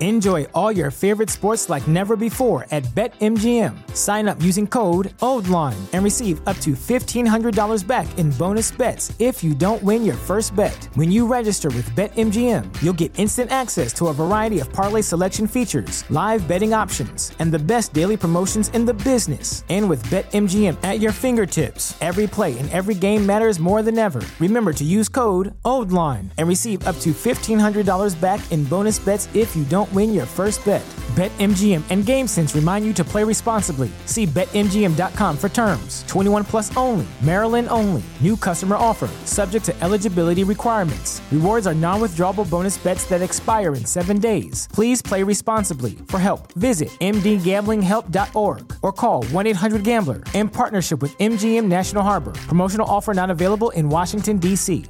Enjoy all your favorite sports like never before at BetMGM. Sign up using code OldLine and receive up to $1,500 back in bonus bets if you don't win your first bet. When you register with BetMGM, you'll get instant access to a variety of parlay selection features, live betting options, and the best daily promotions in the business. And with BetMGM at your fingertips, every play and every game matters more than ever. Remember to use code OldLine and receive up to $1,500 back in bonus bets if you don't win your first bet. BetMGM and GameSense remind you to play responsibly. See BetMGM.com for terms. 21 plus only. Maryland only. New customer offer. Subject to eligibility requirements. Rewards are non-withdrawable bonus bets that expire in 7 days. Please play responsibly. For help, visit mdgamblinghelp.org or call 1-800-GAMBLER in partnership with MGM National Harbor. Promotional offer not available in Washington, D.C.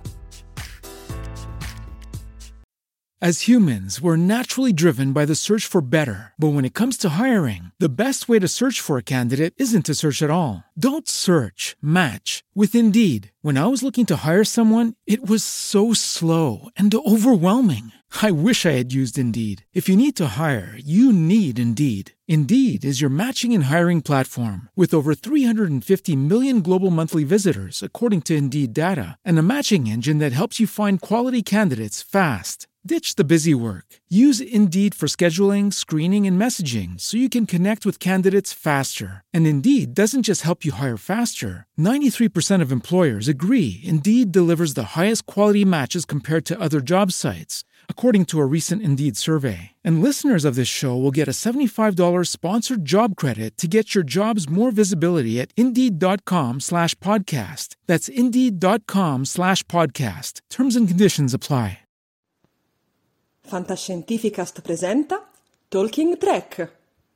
As humans, we're naturally driven by the search for better. But when it comes to hiring, the best way to search for a candidate isn't to search at all. Don't search, match with Indeed. When I was looking to hire someone, it was so slow and overwhelming. I wish I had used Indeed. If you need to hire, you need Indeed. Indeed is your matching and hiring platform with over 350 million global monthly visitors, according to Indeed data, and a matching engine that helps you find quality candidates fast. Ditch the busy work. Use Indeed for scheduling, screening, and messaging so you can connect with candidates faster. And Indeed doesn't just help you hire faster. 93% of employers agree Indeed delivers the highest quality matches compared to other job sites, according to a recent Indeed survey. And listeners of this show will get a $75 sponsored job credit to get your jobs more visibility at Indeed.com/podcast. That's Indeed.com/podcast. Terms and conditions apply. Fantascientificast presenta Talking Trek.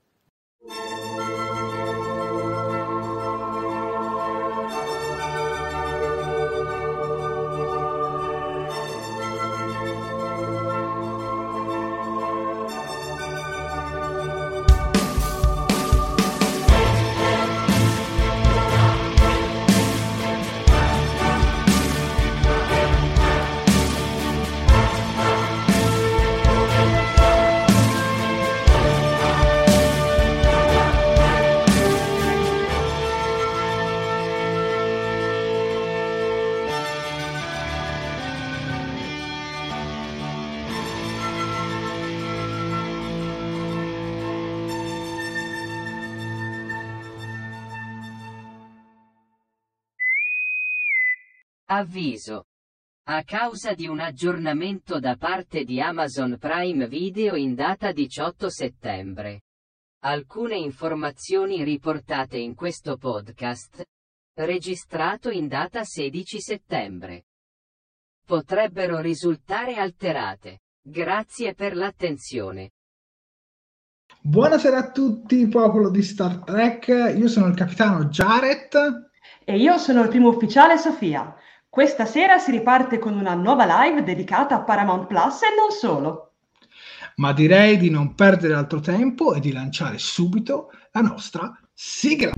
Avviso. A causa di un aggiornamento da parte di Amazon Prime Video in data 18 settembre. Alcune informazioni riportate in questo podcast, registrato in data 16 settembre, potrebbero risultare alterate. Grazie per l'attenzione. Buonasera a tutti, popolo di Star Trek. Io sono il capitano Jared. E io sono il primo ufficiale Sofia. Questa sera si riparte con una nuova live dedicata a Paramount Plus e non solo. Ma direi di non perdere altro tempo e di lanciare subito la nostra sigla.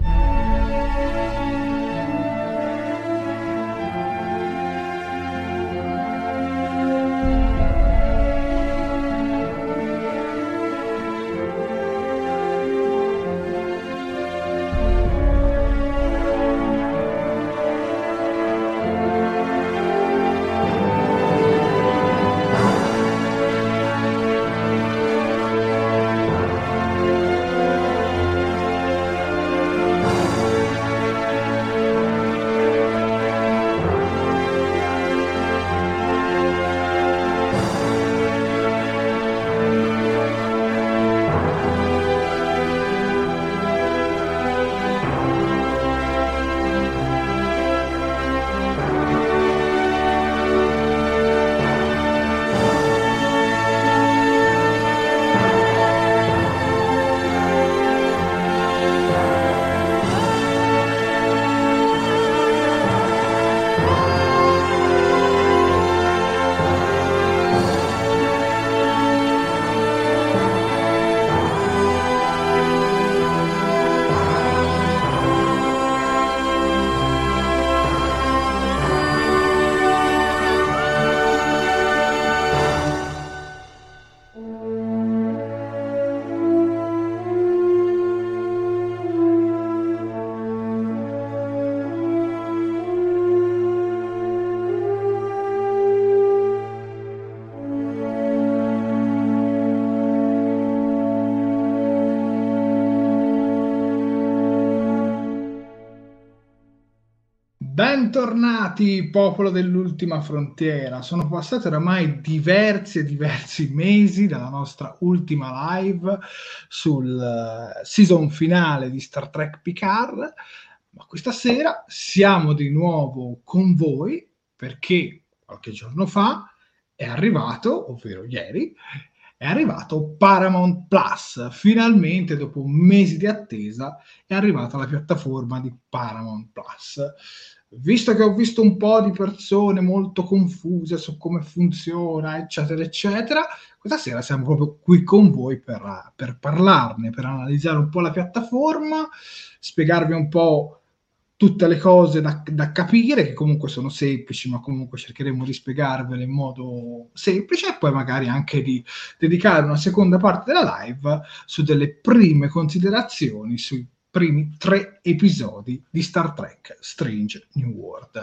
Bentornati, popolo dell'ultima frontiera. Sono passati oramai diversi mesi dalla nostra ultima live sul season finale di Star Trek Picard, ma questa sera siamo di nuovo con voi perché qualche giorno fa è arrivato, ovvero ieri, è arrivato Paramount Plus. Finalmente, dopo mesi di attesa, è arrivata la piattaforma di Paramount Plus. Visto che ho visto un po' di persone molto confuse su come funziona, eccetera, eccetera, questa sera siamo proprio qui con voi per parlarne, per analizzare un po' la piattaforma, spiegarvi un po' tutte le cose da capire, che comunque sono semplici, ma comunque cercheremo di spiegarvele in modo semplice, e poi magari anche di dedicare una seconda parte della live su delle prime considerazioni sui primi 3 episodi di Star Trek Strange New World.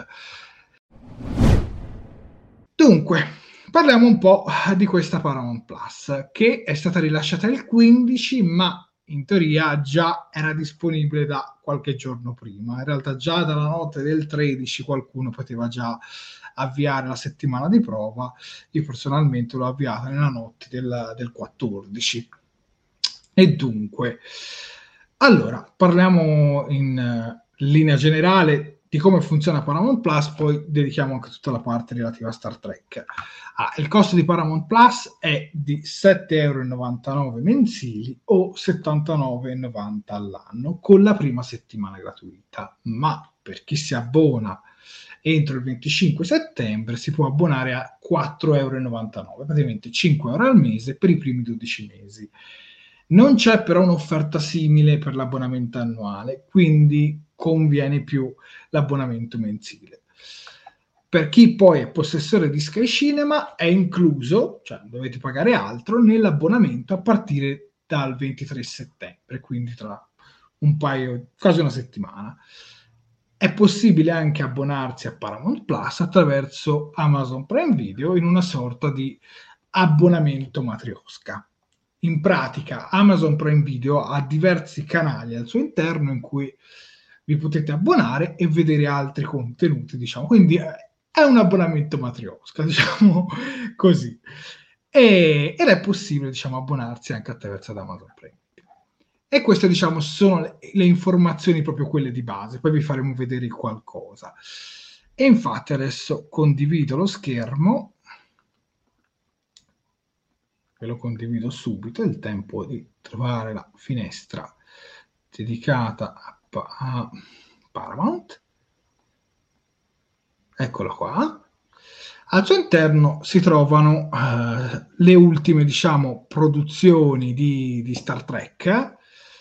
Dunque, parliamo un po' di questa Paramount Plus, che è stata rilasciata il 15, ma in teoria già era disponibile da qualche giorno prima. In realtà già dalla notte del 13 qualcuno poteva già avviare la settimana di prova. Io personalmente l'ho avviata nella notte del 14. E dunque, allora, parliamo in linea generale di come funziona Paramount Plus, poi dedichiamo anche tutta la parte relativa a Star Trek. Il costo di Paramount Plus è di 7,99 € mensili o 79,90 € all'anno, con la prima settimana gratuita. Ma per chi si abbona entro il 25 settembre si può abbonare a 4,99 €, praticamente 5 € al mese per i primi 12 mesi. Non c'è però un'offerta simile per l'abbonamento annuale, quindi conviene più l'abbonamento mensile. Per chi poi è possessore di Sky Cinema è incluso, cioè non dovete pagare altro, nell'abbonamento a partire dal 23 settembre, quindi tra un paio, quasi una settimana. È possibile anche abbonarsi a Paramount Plus attraverso Amazon Prime Video in una sorta di abbonamento matriosca. In pratica Amazon Prime Video ha diversi canali al suo interno in cui vi potete abbonare e vedere altri contenuti, diciamo. Quindi è un abbonamento matriosca, diciamo così. Ed è possibile, diciamo, abbonarsi anche attraverso Amazon Prime Video. E queste, diciamo, sono le informazioni proprio quelle di base. Poi vi faremo vedere qualcosa. E infatti adesso condivido lo schermo. Ve lo condivido subito, è il tempo di trovare la finestra dedicata a Paramount. Eccola qua. Al suo interno si trovano le ultime, diciamo, produzioni di Star Trek,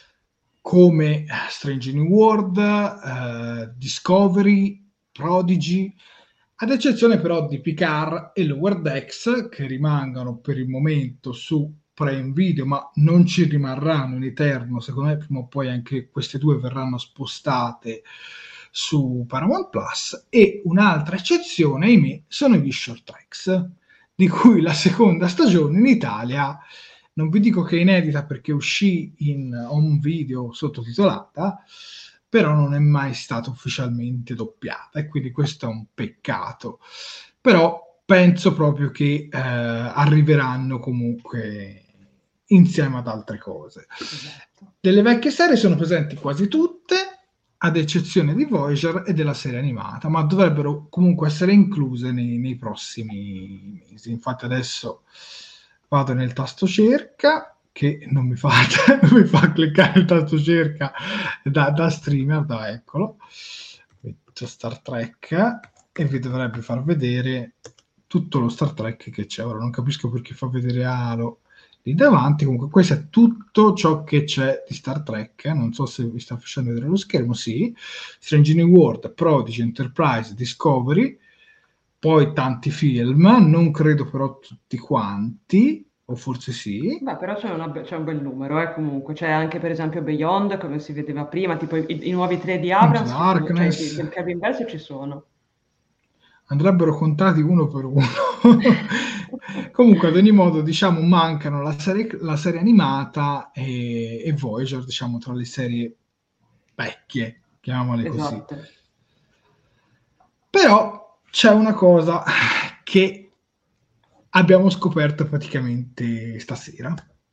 come Strange New World, Discovery, Prodigy, ad eccezione però di Picard e Lower Decks, che rimangono per il momento su Prime Video, ma non ci rimarranno in eterno. Secondo me prima o poi anche queste due verranno spostate su Paramount Plus. E un'altra eccezione, ahimè, sono gli Short Tracks, di cui la seconda stagione in Italia, non vi dico che è inedita perché uscì in home video sottotitolata, però non è mai stata ufficialmente doppiata, e quindi questo è un peccato. Però penso proprio che arriveranno comunque insieme ad altre cose. Esatto. Delle vecchie serie sono presenti quasi tutte, ad eccezione di Voyager e della serie animata, ma dovrebbero comunque essere incluse nei prossimi mesi. Infatti adesso vado nel tasto cerca, che non mi fa cliccare il tasto cerca da streamer, eccolo, metto Star Trek e vi dovrebbe far vedere tutto lo Star Trek che c'è. Ora non capisco perché fa vedere Halo lì davanti. Comunque questo è tutto ciò che c'è di Star Trek, non so se vi sta facendo vedere lo schermo. Sì, Strange New World, Prodigy, Enterprise, Discovery, poi tanti film, non credo però tutti quanti, o forse sì. Beh, però c'è un bel numero, comunque. C'è anche, per esempio, Beyond, come si vedeva prima, tipo i nuovi 3 di Abrams, Darkness, del Kevin Verso ci sono. Andrebbero contati uno per uno. Comunque, ad ogni modo, diciamo, mancano la serie animata e Voyager, diciamo, tra le serie vecchie, chiamiamole così. Esatto. Però c'è una cosa che abbiamo scoperto praticamente stasera,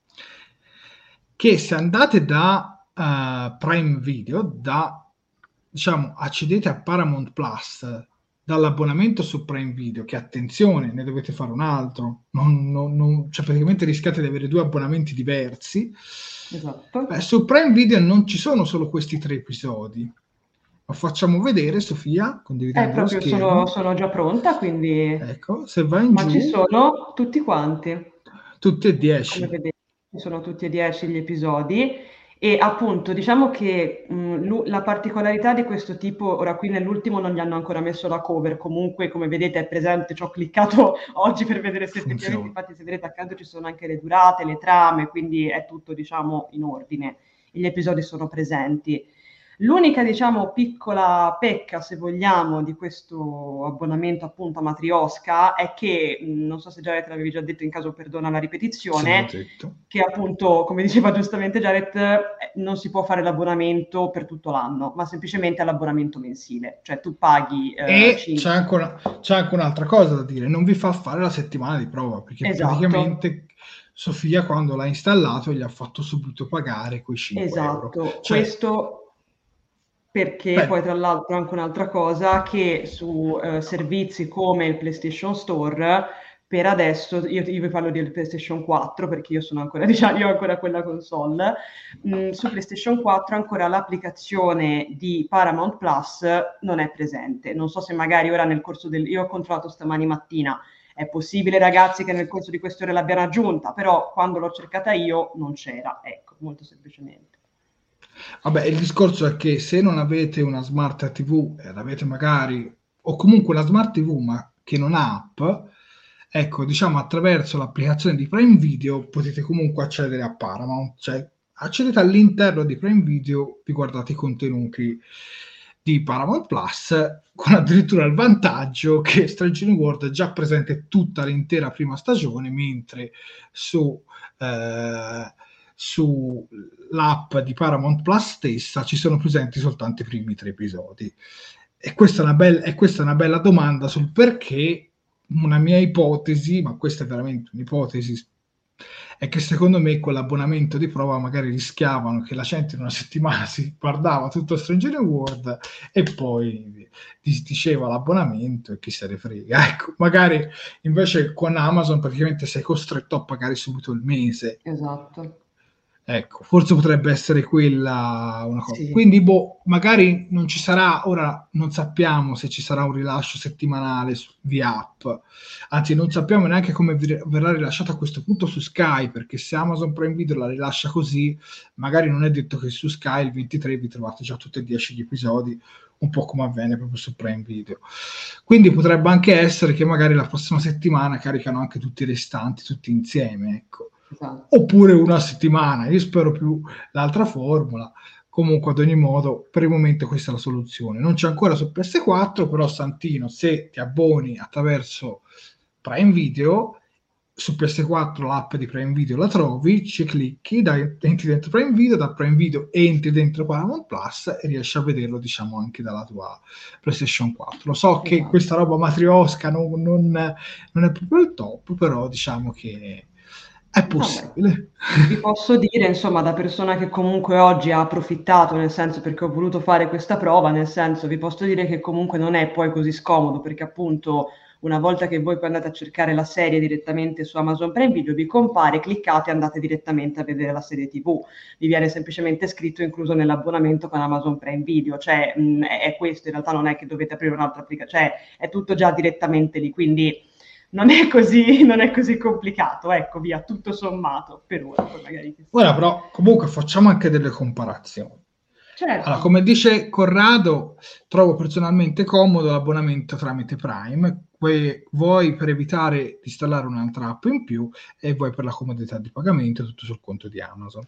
che se andate da Prime Video, diciamo, accedete a Paramount Plus dall'abbonamento su Prime Video, che attenzione, ne dovete fare un altro, cioè praticamente rischiate di avere 2 abbonamenti diversi. Esatto. Su Prime Video non ci sono solo questi 3 episodi. Lo facciamo vedere, Sofia, condividiamo lo Proprio schermo. sono già pronta, quindi... Ecco, se vai in Ma giù... ci sono tutti quanti. Tutti e 10. Come vedete, sono tutti e 10 gli episodi e appunto diciamo che la particolarità di questo tipo, ora qui nell'ultimo non gli hanno ancora messo la cover, comunque come vedete è presente, ci ho cliccato oggi per vedere se effettivamente, infatti se vedete accanto ci sono anche le durate, le trame, quindi è tutto diciamo in ordine, gli episodi sono presenti. L'unica, diciamo, piccola pecca, se vogliamo, di questo abbonamento appunto a Matrioska è che, non so se Jared l'avevi già detto, in caso perdona la ripetizione, Sì, che appunto, come diceva giustamente Jared, non si può fare l'abbonamento per tutto l'anno, ma semplicemente l'abbonamento mensile, cioè tu paghi... e c'è anche un'altra cosa da dire, non vi fa fare la settimana di prova, perché praticamente Sofia quando l'ha installato gli ha fatto subito pagare quei 5 euro. Cioè, questo... Perché poi tra l'altro anche un'altra cosa, che su servizi come il PlayStation Store, per adesso, io vi parlo del PlayStation 4 perché io sono ancora, diciamo, io ho ancora quella console, su PlayStation 4 ancora l'applicazione di Paramount Plus non è presente. Non so se magari ora nel corso io ho controllato stamani mattina, è possibile ragazzi che nel corso di queste ore l'abbiano aggiunta, però quando l'ho cercata io non c'era, ecco, molto semplicemente. Vabbè, il discorso è che se non avete una smart TV e avete magari, o comunque una smart TV ma che non ha app, ecco, diciamo attraverso l'applicazione di Prime Video potete comunque accedere a Paramount, cioè accedete all'interno di Prime Video, vi guardate i contenuti di Paramount Plus, con addirittura il vantaggio che Strange New World è già presente tutta l'intera prima stagione, mentre sull'app di Paramount Plus stessa ci sono presenti soltanto i primi 3 episodi. E questa è una bella domanda sul perché. Una mia ipotesi, ma questa è veramente un'ipotesi, è che secondo me con l'abbonamento di prova magari rischiavano che la gente in una settimana si guardava tutto Stranger New World e poi disdiceva l'abbonamento e chi se ne frega. Ecco, magari invece con Amazon praticamente sei costretto a pagare subito il mese. Esatto. Ecco, forse potrebbe essere quella una cosa. Sì. Quindi, magari non ci sarà, ora non sappiamo se ci sarà un rilascio settimanale via app, anzi non sappiamo neanche come verrà rilasciato a questo punto su Sky, perché se Amazon Prime Video la rilascia così, magari non è detto che su Sky il 23 vi trovate già tutti e 10 gli episodi, un po' come avviene proprio su Prime Video. Quindi potrebbe anche essere che magari la prossima settimana caricano anche tutti i restanti, tutti insieme, ecco. Esatto. Oppure una settimana, io spero più l'altra formula. Comunque ad ogni modo per il momento questa è la soluzione, non c'è ancora su PS4, però Santino, se ti abboni attraverso Prime Video su PS4 l'app di Prime Video la trovi, ci clicchi, entri dentro Prime Video, da Prime Video entri dentro Paramount Plus e riesci a vederlo, diciamo, anche dalla tua PlayStation 4. Lo so che questa roba matriosca non è proprio il top, però diciamo che è possibile. Vi posso dire, insomma, da persona che comunque oggi ha approfittato, nel senso, perché ho voluto fare questa prova, nel senso, vi posso dire che comunque non è poi così scomodo, perché appunto una volta che voi poi andate a cercare la serie direttamente su Amazon Prime Video, vi compare, cliccate e andate direttamente a vedere la serie TV. Vi viene semplicemente scritto incluso nell'abbonamento con Amazon Prime Video, cioè è questo, in realtà non è che dovete aprire un'altra applicazione, cioè è tutto già direttamente lì, quindi non è così complicato, ecco, via, tutto sommato, per ora. Poi magari... Ora però, comunque, facciamo anche delle comparazioni. Certo. Allora, come dice Corrado, trovo personalmente comodo l'abbonamento tramite Prime, vuoi per evitare di installare un'altra app in più e vuoi per la comodità di pagamento, tutto sul conto di Amazon.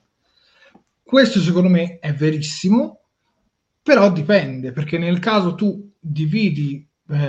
Questo secondo me è verissimo, però dipende, perché nel caso tu dividi...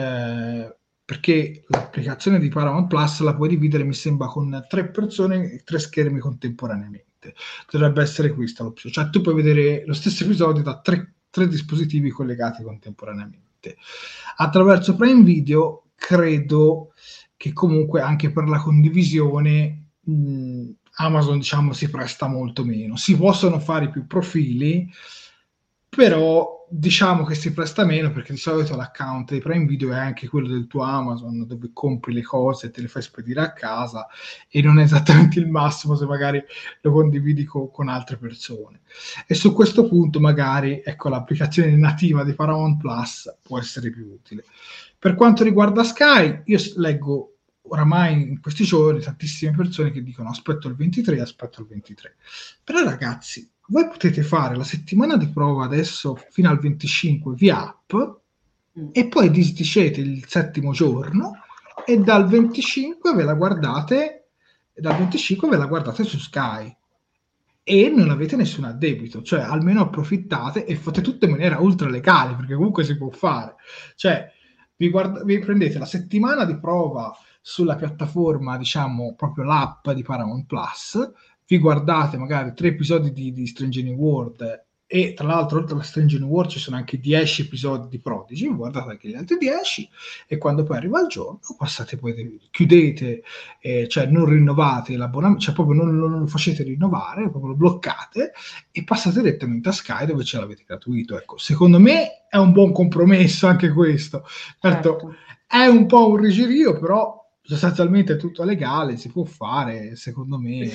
perché l'applicazione di Paramount Plus la puoi dividere, mi sembra, con 3 persone, 3 schermi contemporaneamente. Dovrebbe essere questa l'opzione, cioè tu puoi vedere lo stesso episodio da 3 dispositivi collegati contemporaneamente. ovviamente. Attraverso Prime Video credo che comunque anche per la condivisione Amazon, diciamo, si presta molto meno. Si possono fare più profili, però diciamo che si presta meno, perché di solito l'account di Prime Video è anche quello del tuo Amazon, dove compri le cose e te le fai spedire a casa, e non è esattamente il massimo se magari lo condividi con altre persone. E su questo punto magari, ecco, l'applicazione nativa di Paramount Plus può essere più utile. Per quanto riguarda Sky, io leggo oramai in questi giorni tantissime persone che dicono aspetto il 23. Però ragazzi, voi potete fare la settimana di prova adesso fino al 25 via app, e poi disdicete il 7° giorno e dal 25 ve la guardate su Sky e non avete nessun addebito, cioè almeno approfittate e fate tutto in maniera ultra legale, perché comunque si può fare. Cioè vi prendete la settimana di prova sulla piattaforma, diciamo proprio l'app di Paramount Plus, vi guardate magari 3 episodi di Strange New World, e tra l'altro oltre a Strange New World ci sono anche 10 episodi di Prodigy, guardate anche gli altri 10, e quando poi arriva il giorno passate, poi chiudete, cioè non rinnovate l'abbonamento, cioè proprio non lo facete rinnovare, proprio lo bloccate e passate direttamente a Sky, dove ce l'avete gratuito. Ecco, secondo me è un buon compromesso anche questo. Certo. È un po' un rigirio, però sostanzialmente è tutto legale, si può fare, secondo me.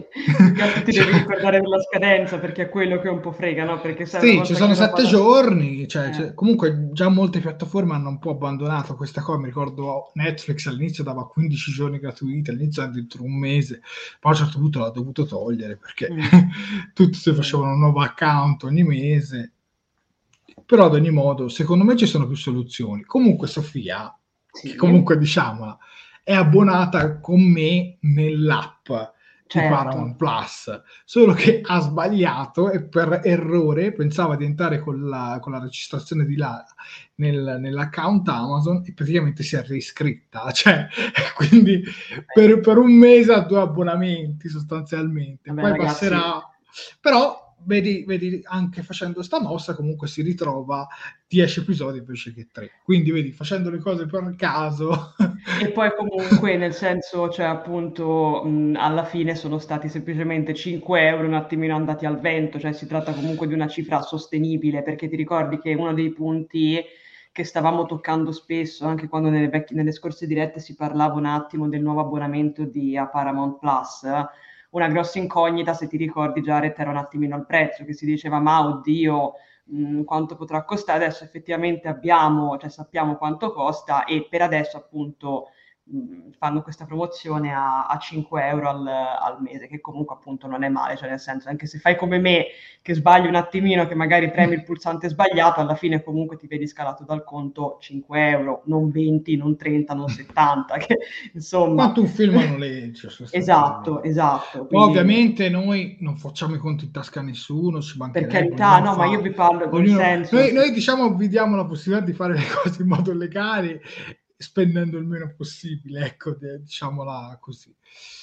Ti devi ricordare della scadenza, perché è quello che un po' frega, no? Perché sì, ci sono 7 giorni, cioè, comunque già molte piattaforme hanno un po' abbandonato questa cosa. Mi ricordo Netflix all'inizio dava 15 giorni gratuiti, all'inizio addirittura un mese, poi a un certo punto l'ha dovuto togliere, perché tutti si facevano un nuovo account ogni mese. Però ad ogni modo, secondo me ci sono più soluzioni. Comunque Sofia, che comunque diciamola, è abbonata con me nell'app di Paramount Plus, solo che ha sbagliato e per errore pensava di entrare con la registrazione di là nell'account Amazon, e praticamente si è riscritta, cioè, quindi per un mese ha 2 abbonamenti sostanzialmente. Poi ragazzi, passerà, però vedi anche facendo sta mossa comunque si ritrova 10 episodi invece che 3, quindi vedi, facendo le cose per caso. E poi comunque nel senso, cioè appunto alla fine sono stati semplicemente 5 euro un attimino andati al vento, cioè si tratta comunque di una cifra sostenibile, perché ti ricordi che uno dei punti che stavamo toccando spesso, anche quando nelle scorse dirette si parlava un attimo del nuovo abbonamento a Paramount Plus, una grossa incognita, se ti ricordi Jared, era un attimino il prezzo, che si diceva ma oddio, quanto potrà costare. Adesso effettivamente sappiamo quanto costa, e per adesso appunto fanno questa promozione a 5 euro al mese, che comunque appunto non è male, cioè nel senso, anche se fai come me che sbagli un attimino, che magari premi il pulsante sbagliato, alla fine comunque ti vedi scalato dal conto 5 euro, non 20, non 30, non 70, che insomma... Quanto un film a noleggio. Esatto. Quindi... Ovviamente noi non facciamo i conti in tasca a nessuno, ci mancherebbe. Per carità, no, ma io vi parlo del senso... Noi diciamo, vi diamo la possibilità di fare le cose in modo legale, spendendo il meno possibile, ecco, diciamola così.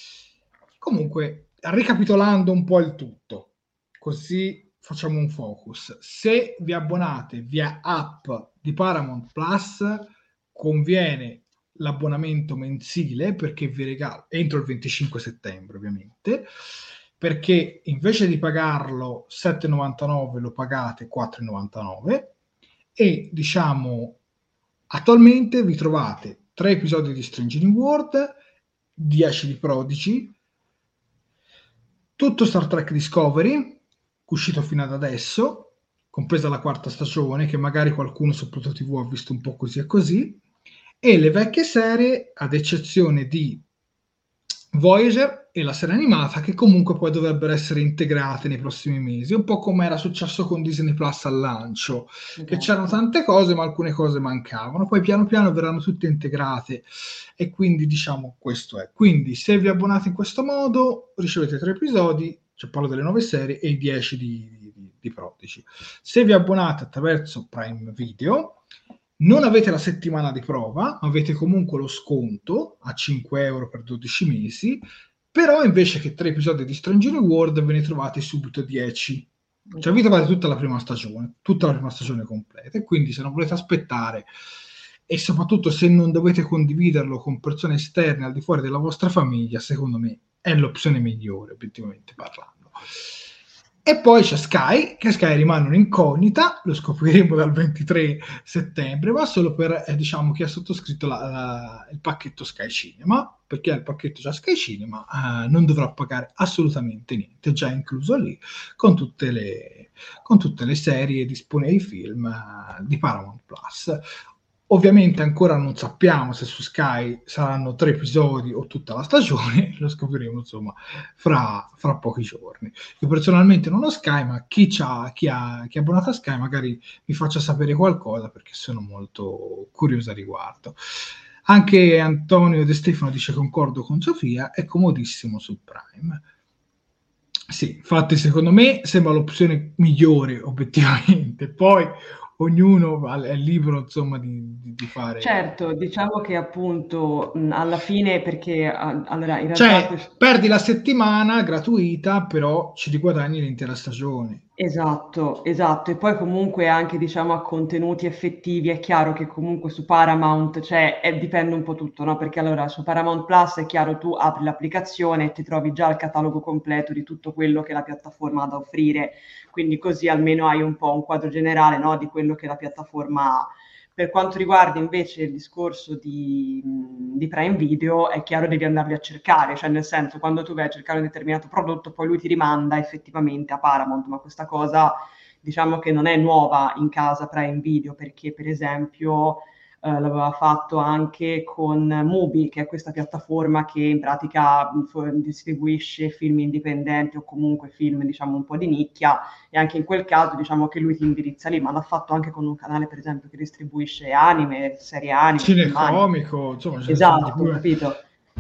Comunque, ricapitolando un po' il tutto, così facciamo un focus. Se vi abbonate via app di Paramount Plus, conviene l'abbonamento mensile, perché vi regala entro il 25 settembre ovviamente, perché invece di pagarlo 7,99 lo pagate 4,99, e diciamo attualmente vi trovate 3 episodi di Strange New World, 10 di Prodigy, tutto Star Trek Discovery, uscito fino ad adesso, compresa la 4ª stagione, che magari qualcuno su Pluto TV ha visto un po' così e così, e le vecchie serie, ad eccezione di Voyager e la serie animata, che comunque poi dovrebbero essere integrate nei prossimi mesi, un po' come era successo con Disney Plus al lancio, che c'erano tante cose ma alcune cose mancavano, poi piano piano verranno tutte integrate, e quindi diciamo questo è. Quindi se vi abbonate in questo modo ricevete 3 episodi, cioè parlo delle 9 serie, e i 10 di Prodigy. Se vi abbonate attraverso Prime Video non avete la settimana di prova, avete comunque lo sconto a 5 euro per 12 mesi, però invece che 3 episodi di Strange New World ve ne trovate subito 10 Cioè vi trovate tutta la prima stagione completa, e quindi se non volete aspettare, e soprattutto se non dovete condividerlo con persone esterne al di fuori della vostra famiglia, secondo me è l'opzione migliore, obiettivamente parlando. E poi c'è Sky, che Sky rimane un'incognita, lo scopriremo dal 23 settembre, ma solo per diciamo chi ha sottoscritto il pacchetto Sky Cinema, perché ha il pacchetto già Sky Cinema, non dovrà pagare assolutamente niente, è già incluso lì, con tutte le serie disponibili, film di Paramount Plus. Ovviamente ancora non sappiamo se su Sky saranno 3 episodi o tutta la stagione, lo scopriremo insomma fra pochi giorni. Io personalmente non ho Sky, ma chi è abbonato a Sky magari mi faccia sapere qualcosa, perché sono molto curioso a riguardo. Anche Antonio De Stefano dice: concordo con Sofia, è comodissimo sul Prime. Sì, infatti secondo me sembra l'opzione migliore obiettivamente, poi ognuno è libero insomma di fare. Certo, diciamo che appunto alla fine, perché allora in realtà Cioè, perdi la settimana gratuita, però ci riguadagni l'intera stagione. Esatto, e poi comunque anche diciamo a contenuti effettivi è chiaro che comunque su Paramount dipende un po' tutto, no? Perché allora su Paramount Plus è chiaro, tu apri l'applicazione e ti trovi già il catalogo completo di tutto quello che la piattaforma ha da offrire, quindi così almeno hai un po' un quadro generale, no? Di quello che la piattaforma ha. Per quanto riguarda invece il discorso di Prime Video, è chiaro, devi andarli a cercare, cioè nel senso, quando tu vai a cercare un determinato prodotto, poi lui ti rimanda effettivamente a Paramount, ma questa cosa diciamo che non è nuova in casa Prime Video, perché per esempio l'aveva fatto anche con Mubi, che è questa piattaforma che in pratica distribuisce film indipendenti o comunque film diciamo un po' di nicchia, e anche in quel caso diciamo che lui ti indirizza lì, ma l'ha fatto anche con un canale per esempio che distribuisce anime, serie anime, cinecomico, insomma, esatto, capito?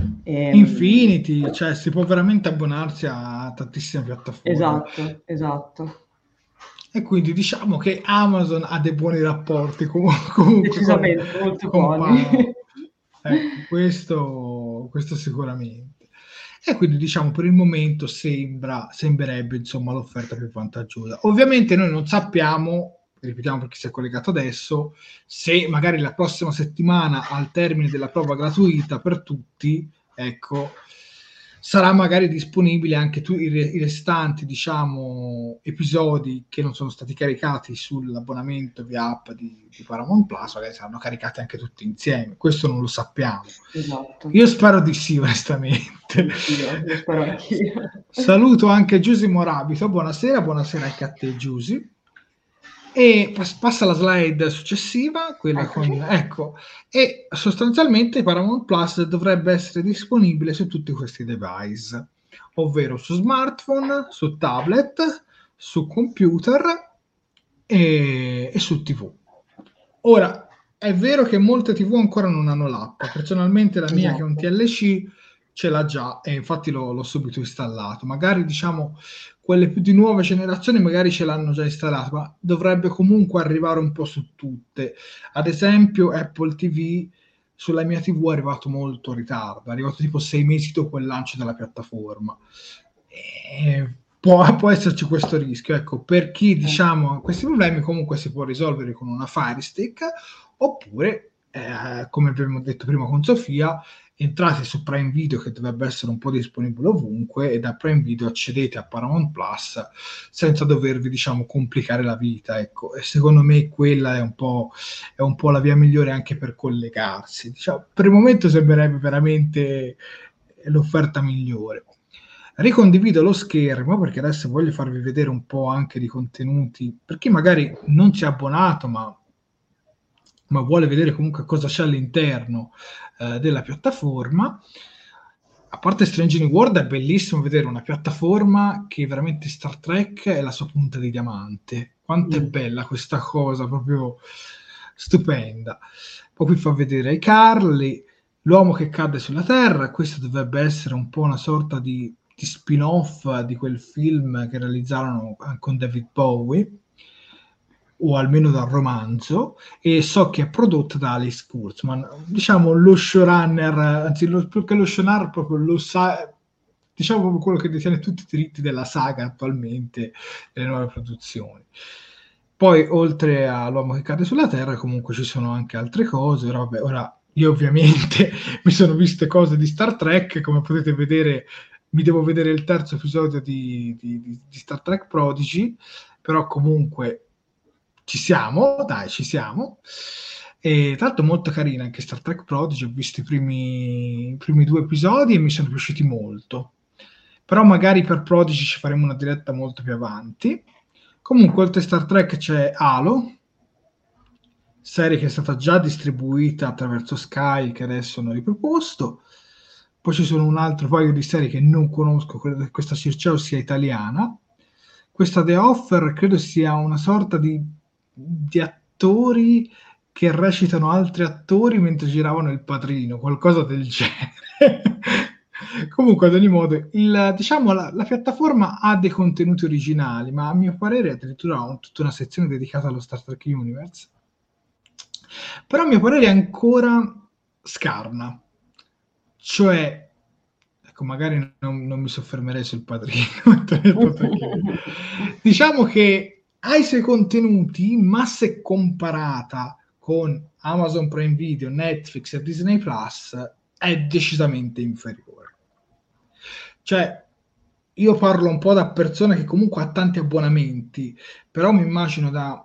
Infinity, cioè si può veramente abbonarsi a tantissime piattaforme. Esatto. E quindi diciamo che Amazon ha dei buoni rapporti comunque decisamente molto buoni. Ecco, questo sicuramente. E quindi diciamo per il momento sembrerebbe insomma l'offerta più vantaggiosa. Ovviamente noi non sappiamo, ripetiamo per chi si è collegato adesso, se magari la prossima settimana al termine della prova gratuita per tutti, ecco, sarà magari disponibile anche i restanti diciamo episodi che non sono stati caricati sull'abbonamento via app di Paramount Plus, magari saranno caricati anche tutti insieme, questo non lo sappiamo. Esatto. Io spero di sì, onestamente. Io spero anch'io. Saluto anche Giusy Morabito, buonasera anche a te Giusy. E passa la slide successiva, quella e sostanzialmente Paramount Plus dovrebbe essere disponibile su tutti questi device, ovvero su smartphone, su tablet, su computer e su TV. Ora, è vero che molte TV ancora non hanno l'app, personalmente la mia che è un TLC ce l'ha già e infatti l'ho subito installato, magari diciamo quelle più di nuova generazione magari ce l'hanno già installato, ma dovrebbe comunque arrivare un po' su tutte. Ad esempio Apple TV sulla mia TV è arrivato molto in ritardo, è arrivato tipo 6 mesi dopo il lancio della piattaforma. Può esserci questo rischio, ecco, per chi diciamo ha questi problemi comunque si può risolvere con una Fire Stick, oppure come abbiamo detto prima con Sofia, entrate su Prime Video, che dovrebbe essere un po' disponibile ovunque, e da Prime Video accedete a Paramount Plus senza dovervi diciamo complicare la vita, ecco. E secondo me quella è un po' la via migliore anche per collegarsi, diciamo. Per il momento sembrerebbe veramente l'offerta migliore. Ricondivido lo schermo perché adesso voglio farvi vedere un po' anche di contenuti per chi magari non si è abbonato ma vuole vedere comunque cosa c'è all'interno della piattaforma. A parte Strange New World, è bellissimo vedere una piattaforma che veramente Star Trek è la sua punta di diamante. Quanto è bella questa cosa, proprio stupenda. Poi qui fa vedere i Carly, l'uomo che cade sulla Terra. Questo dovrebbe essere un po' una sorta di spin-off di quel film che realizzarono con David Bowie, o almeno dal romanzo, e so che è prodotto da Alice Kurtzman, diciamo lo showrunner, anzi più che lo showrunner proprio diciamo proprio quello che detiene tutti i diritti della saga attualmente, delle nuove produzioni. Poi, oltre all'uomo che cade sulla Terra, comunque ci sono anche altre cose. Vabbè, ora io ovviamente mi sono viste cose di Star Trek, come potete vedere, mi devo vedere il terzo episodio di Star Trek Prodigy, però comunque ci siamo, dai, ci siamo. E tra l'altro molto carina anche Star Trek Prodigy, ho visto i primi 2 episodi e mi sono piaciuti molto. Però magari per Prodigy ci faremo una diretta molto più avanti. Comunque, oltre a Star Trek c'è Halo, serie che è stata già distribuita attraverso Sky, che adesso hanno riproposto. Poi ci sono un altro paio di serie che non conosco, credo che questa Circeo sia italiana. Questa The Offer credo sia una sorta di attori che recitano altri attori mentre giravano Il Padrino, qualcosa del genere. Comunque, ad ogni modo, diciamo, la piattaforma ha dei contenuti originali, ma a mio parere addirittura ha tutta una sezione dedicata allo Star Trek Universe. Però a mio parere è ancora scarna. Cioè, ecco, magari non mi soffermerei sul Padrino. Diciamo che ha i suoi contenuti, ma se comparata con Amazon Prime Video, Netflix e Disney Plus, è decisamente inferiore. Cioè, io parlo un po' da persona che comunque ha tanti abbonamenti, però mi immagino da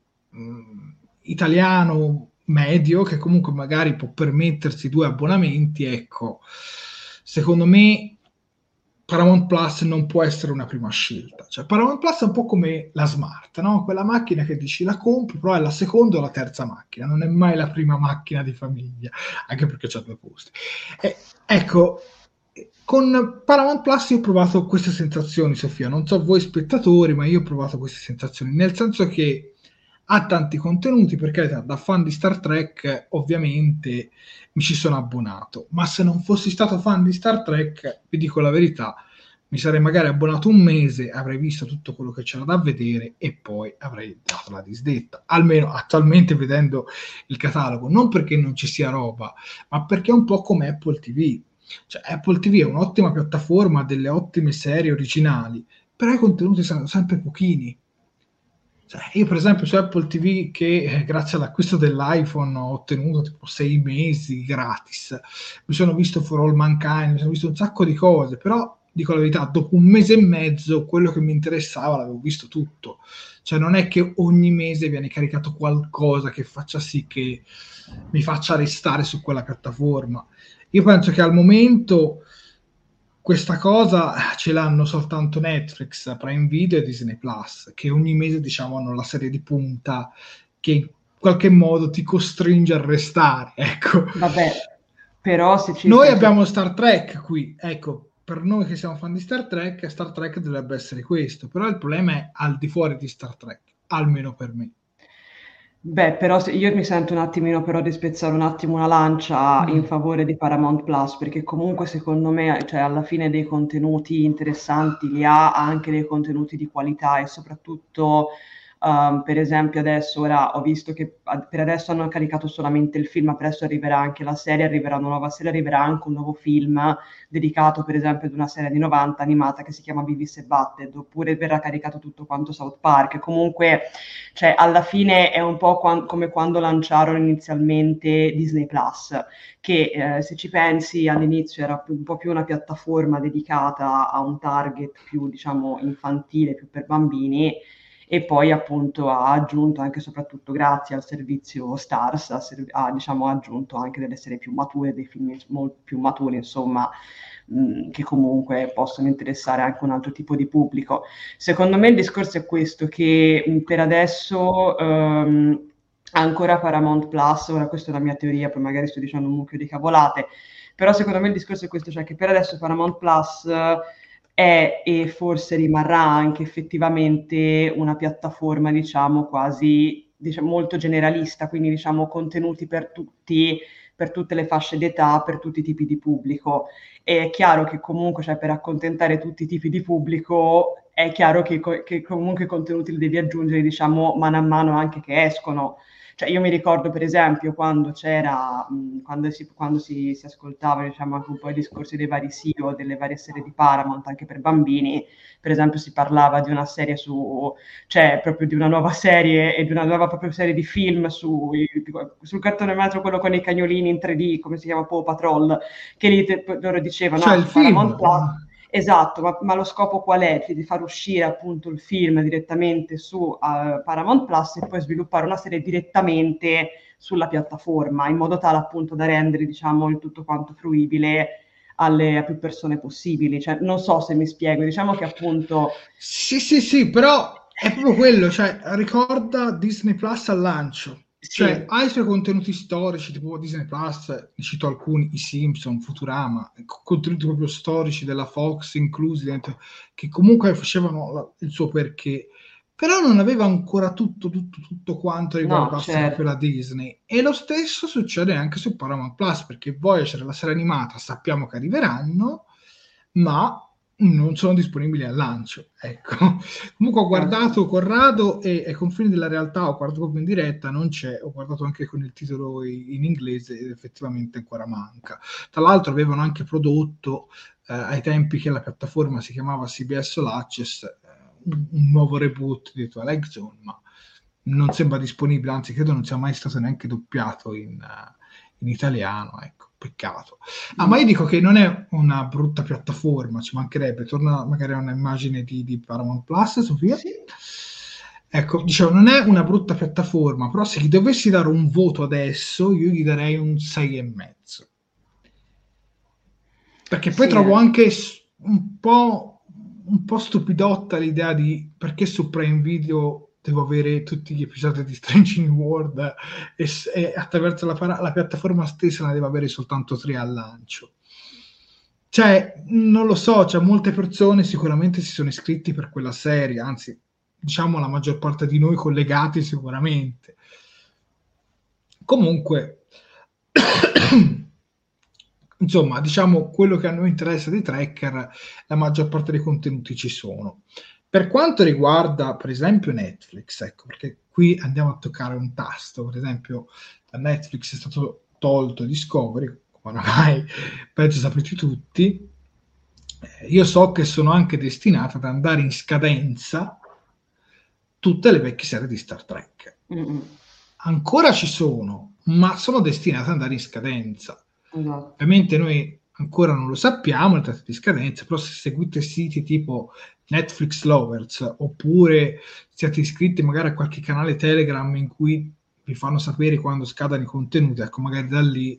italiano medio che comunque magari può permettersi 2 abbonamenti, ecco, secondo me Paramount Plus non può essere una prima scelta. Cioè, Paramount Plus è un po' come la Smart, no? Quella macchina che dici la compro, però è la seconda o la terza macchina, non è mai la prima macchina di famiglia, anche perché c'ha 2 posti. Ecco, con Paramount Plus io ho provato queste sensazioni, Sofia, non so voi spettatori, ma io ho provato queste sensazioni, nel senso che ha tanti contenuti, per carità, da fan di Star Trek ovviamente mi ci sono abbonato, ma se non fossi stato fan di Star Trek, vi dico la verità, mi sarei magari abbonato un mese, avrei visto tutto quello che c'era da vedere e poi avrei dato la disdetta, almeno attualmente vedendo il catalogo, non perché non ci sia roba, ma perché è un po' come Apple TV. Cioè, Apple TV è un'ottima piattaforma, delle ottime serie originali, però i contenuti sono sempre pochini. Cioè, io per esempio su Apple TV, che grazie all'acquisto dell'iPhone ho ottenuto tipo 6 mesi gratis, mi sono visto For All Mankind, mi sono visto un sacco di cose, però dico la verità, dopo un mese e mezzo quello che mi interessava l'avevo visto tutto. Cioè, non è che ogni mese viene caricato qualcosa che faccia sì che mi faccia restare su quella piattaforma. Io penso che al momento questa cosa ce l'hanno soltanto Netflix, Prime Video e Disney Plus, che ogni mese, diciamo, hanno la serie di punta che in qualche modo ti costringe a restare, ecco. Vabbè, però se ci Noi abbiamo Star Trek qui, ecco, per noi che siamo fan di Star Trek dovrebbe essere questo, però il problema è al di fuori di Star Trek, almeno per me. Beh, però io mi sento un attimino però di spezzare un attimo una lancia in favore di Paramount Plus, perché comunque secondo me, cioè, alla fine dei contenuti interessanti li ha, anche dei contenuti di qualità e soprattutto per esempio adesso ora ho visto che per adesso hanno caricato solamente il film, ma presto arriverà anche la serie, arriverà una nuova serie, arriverà anche un nuovo film dedicato per esempio ad una serie di 90 animata che si chiama Beavis e Butthead, oppure verrà caricato tutto quanto South Park. Comunque, cioè, alla fine è un po' come quando lanciarono inizialmente Disney Plus, che se ci pensi all'inizio era un po' più una piattaforma dedicata a un target più, diciamo, infantile, più per bambini, e poi appunto ha aggiunto anche e soprattutto grazie al servizio Stars, diciamo, ha aggiunto anche delle serie più mature, dei film molto più maturi, insomma, che comunque possono interessare anche un altro tipo di pubblico. Secondo me il discorso è questo, che per adesso ancora Paramount Plus, ora questa è la mia teoria, poi magari sto dicendo un mucchio di cavolate, però secondo me il discorso è questo, cioè che per adesso Paramount Plus è e forse rimarrà anche effettivamente una piattaforma, diciamo, quasi molto generalista, quindi diciamo contenuti per tutti, per tutte le fasce d'età, per tutti i tipi di pubblico. È chiaro che comunque, cioè, per accontentare tutti i tipi di pubblico, è chiaro che comunque i contenuti li devi aggiungere, diciamo, mano a mano anche che escono. Cioè io mi ricordo per esempio quando c'era, quando si ascoltava, diciamo, anche un po' i discorsi dei vari CEO, delle varie serie di Paramount, anche per bambini, per esempio si parlava di una serie cioè proprio di una nuova serie e di una nuova proprio serie di film sul cartone animato, quello con i cagnolini in 3D, come si chiama, Paw Patrol, che lì loro dicevano, Cioè il Paramount film. Plus. Esatto, ma lo scopo qual è? Di far uscire appunto il film direttamente su Paramount Plus e poi sviluppare una serie direttamente sulla piattaforma, in modo tale appunto da rendere, diciamo, il tutto quanto fruibile a più persone possibili. Cioè, non so se mi spiego, diciamo che appunto... Sì, però è proprio quello, cioè ricorda Disney Plus al lancio. Sì. Cioè, ha i suoi contenuti storici, tipo Disney Plus, ne cito alcuni, i Simpson, Futurama, contenuti proprio storici della Fox inclusi dentro, che comunque facevano il suo perché, però non aveva ancora tutto quanto riguardasse proprio la Disney. E lo stesso succede anche su Paramount Plus, perché Voyager e la serie animata sappiamo che arriveranno, ma non sono disponibili al lancio, ecco. Comunque ho guardato Corrado e ai confini della realtà, ho guardato proprio in diretta, non c'è, ho guardato anche con il titolo in inglese ed effettivamente ancora manca. Tra l'altro avevano anche prodotto ai tempi che la piattaforma si chiamava CBS All Access un nuovo reboot di Twilight Zone, ma non sembra disponibile, anzi credo non sia mai stato neanche doppiato in italiano, ecco. Peccato. Ma io dico che non è una brutta piattaforma, ci mancherebbe. Torna magari a un'immagine di Paramount Plus, Sofia. Sì. Ecco, dicevo, non è una brutta piattaforma, però se gli dovessi dare un voto adesso, io gli darei un 6,5. Perché poi trovo anche un po' stupidotta l'idea di perché su Prime Video devo avere tutti gli episodi di Strange New World e attraverso la piattaforma stessa ne devo avere soltanto 3 al lancio. Cioè, non lo so, cioè, molte persone sicuramente si sono iscritti per quella serie, anzi, diciamo la maggior parte di noi collegati sicuramente. Comunque, insomma, diciamo, quello che a noi interessa di Tracker, la maggior parte dei contenuti ci sono. Per quanto riguarda, per esempio, Netflix, ecco, perché qui andiamo a toccare un tasto, per esempio, da Netflix è stato tolto Discovery, come ormai penso saprete tutti. Io so che sono anche destinata ad andare in scadenza tutte le vecchie serie di Star Trek. Ancora ci sono, ma sono destinate ad andare in scadenza. Ovviamente noi ancora non lo sappiamo, le date di scadenza, però se seguite siti tipo Netflix Lovers oppure siate iscritti magari a qualche canale Telegram in cui vi fanno sapere quando scadano i contenuti, ecco, magari da lì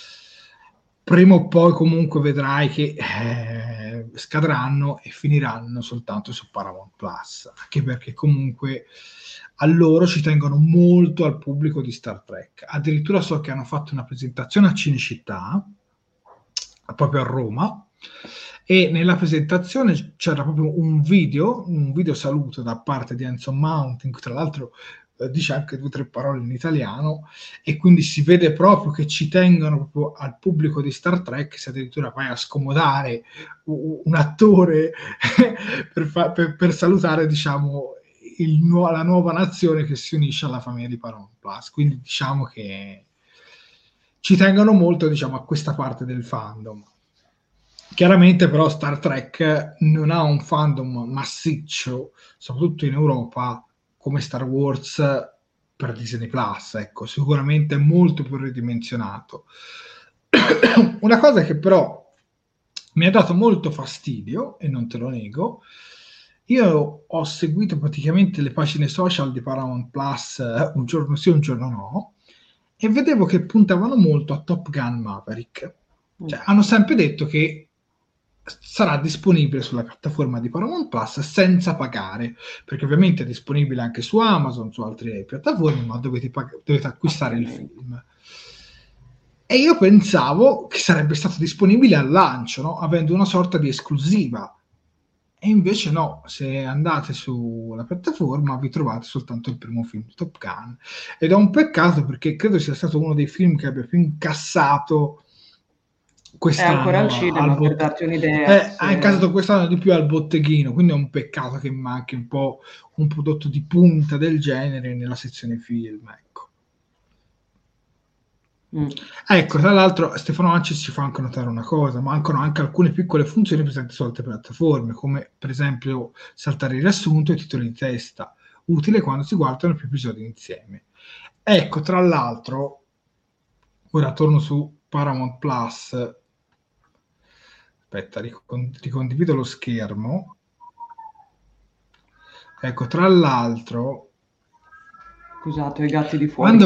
prima o poi comunque vedrai che scadranno e finiranno soltanto su Paramount Plus, anche perché comunque a loro ci tengono molto al pubblico di Star Trek. Addirittura so che hanno fatto una presentazione a Cinecittà proprio a Roma, e nella presentazione c'era proprio un video saluto da parte di Anson Mount, in cui tra l'altro dice anche 2 o 3 parole in italiano, e quindi si vede proprio che ci tengono proprio al pubblico di Star Trek, se addirittura vai a scomodare un attore per salutare, diciamo, la nuova nazione che si unisce alla famiglia di Paramount Plus. Quindi diciamo che ci tengono molto, diciamo, a questa parte del fandom. Chiaramente però Star Trek non ha un fandom massiccio, soprattutto in Europa, come Star Wars per Disney Plus, ecco, sicuramente è molto più ridimensionato. Una cosa che però mi ha dato molto fastidio, e non te lo nego, io ho seguito praticamente le pagine social di Paramount Plus un giorno sì, un giorno no, e vedevo che puntavano molto a Top Gun Maverick. Cioè, hanno sempre detto che sarà disponibile sulla piattaforma di Paramount Plus senza pagare, perché ovviamente è disponibile anche su Amazon, su altre piattaforme, ma dovete acquistare il film. E io pensavo che sarebbe stato disponibile al lancio, no? Avendo una sorta di esclusiva. E invece no, se andate sulla piattaforma vi trovate soltanto il primo film di Top Gun. Ed è un peccato, perché credo sia stato uno dei film che abbia più incassato quest'anno. È ancora al cinema, per darti un'idea. Ha incassato quest'anno di più al botteghino, quindi è un peccato che manchi un po' un prodotto di punta del genere nella sezione film, ecco. Ecco, tra l'altro Stefano Anci ci fa anche notare una cosa: mancano anche alcune piccole funzioni presenti su altre piattaforme, come per esempio saltare il riassunto e i titoli di testa, utile quando si guardano più episodi insieme. Ecco, tra l'altro, ora torno su Paramount Plus. Aspetta, ricondivido lo schermo. Ecco, tra l'altro, scusate, i gatti di fuori.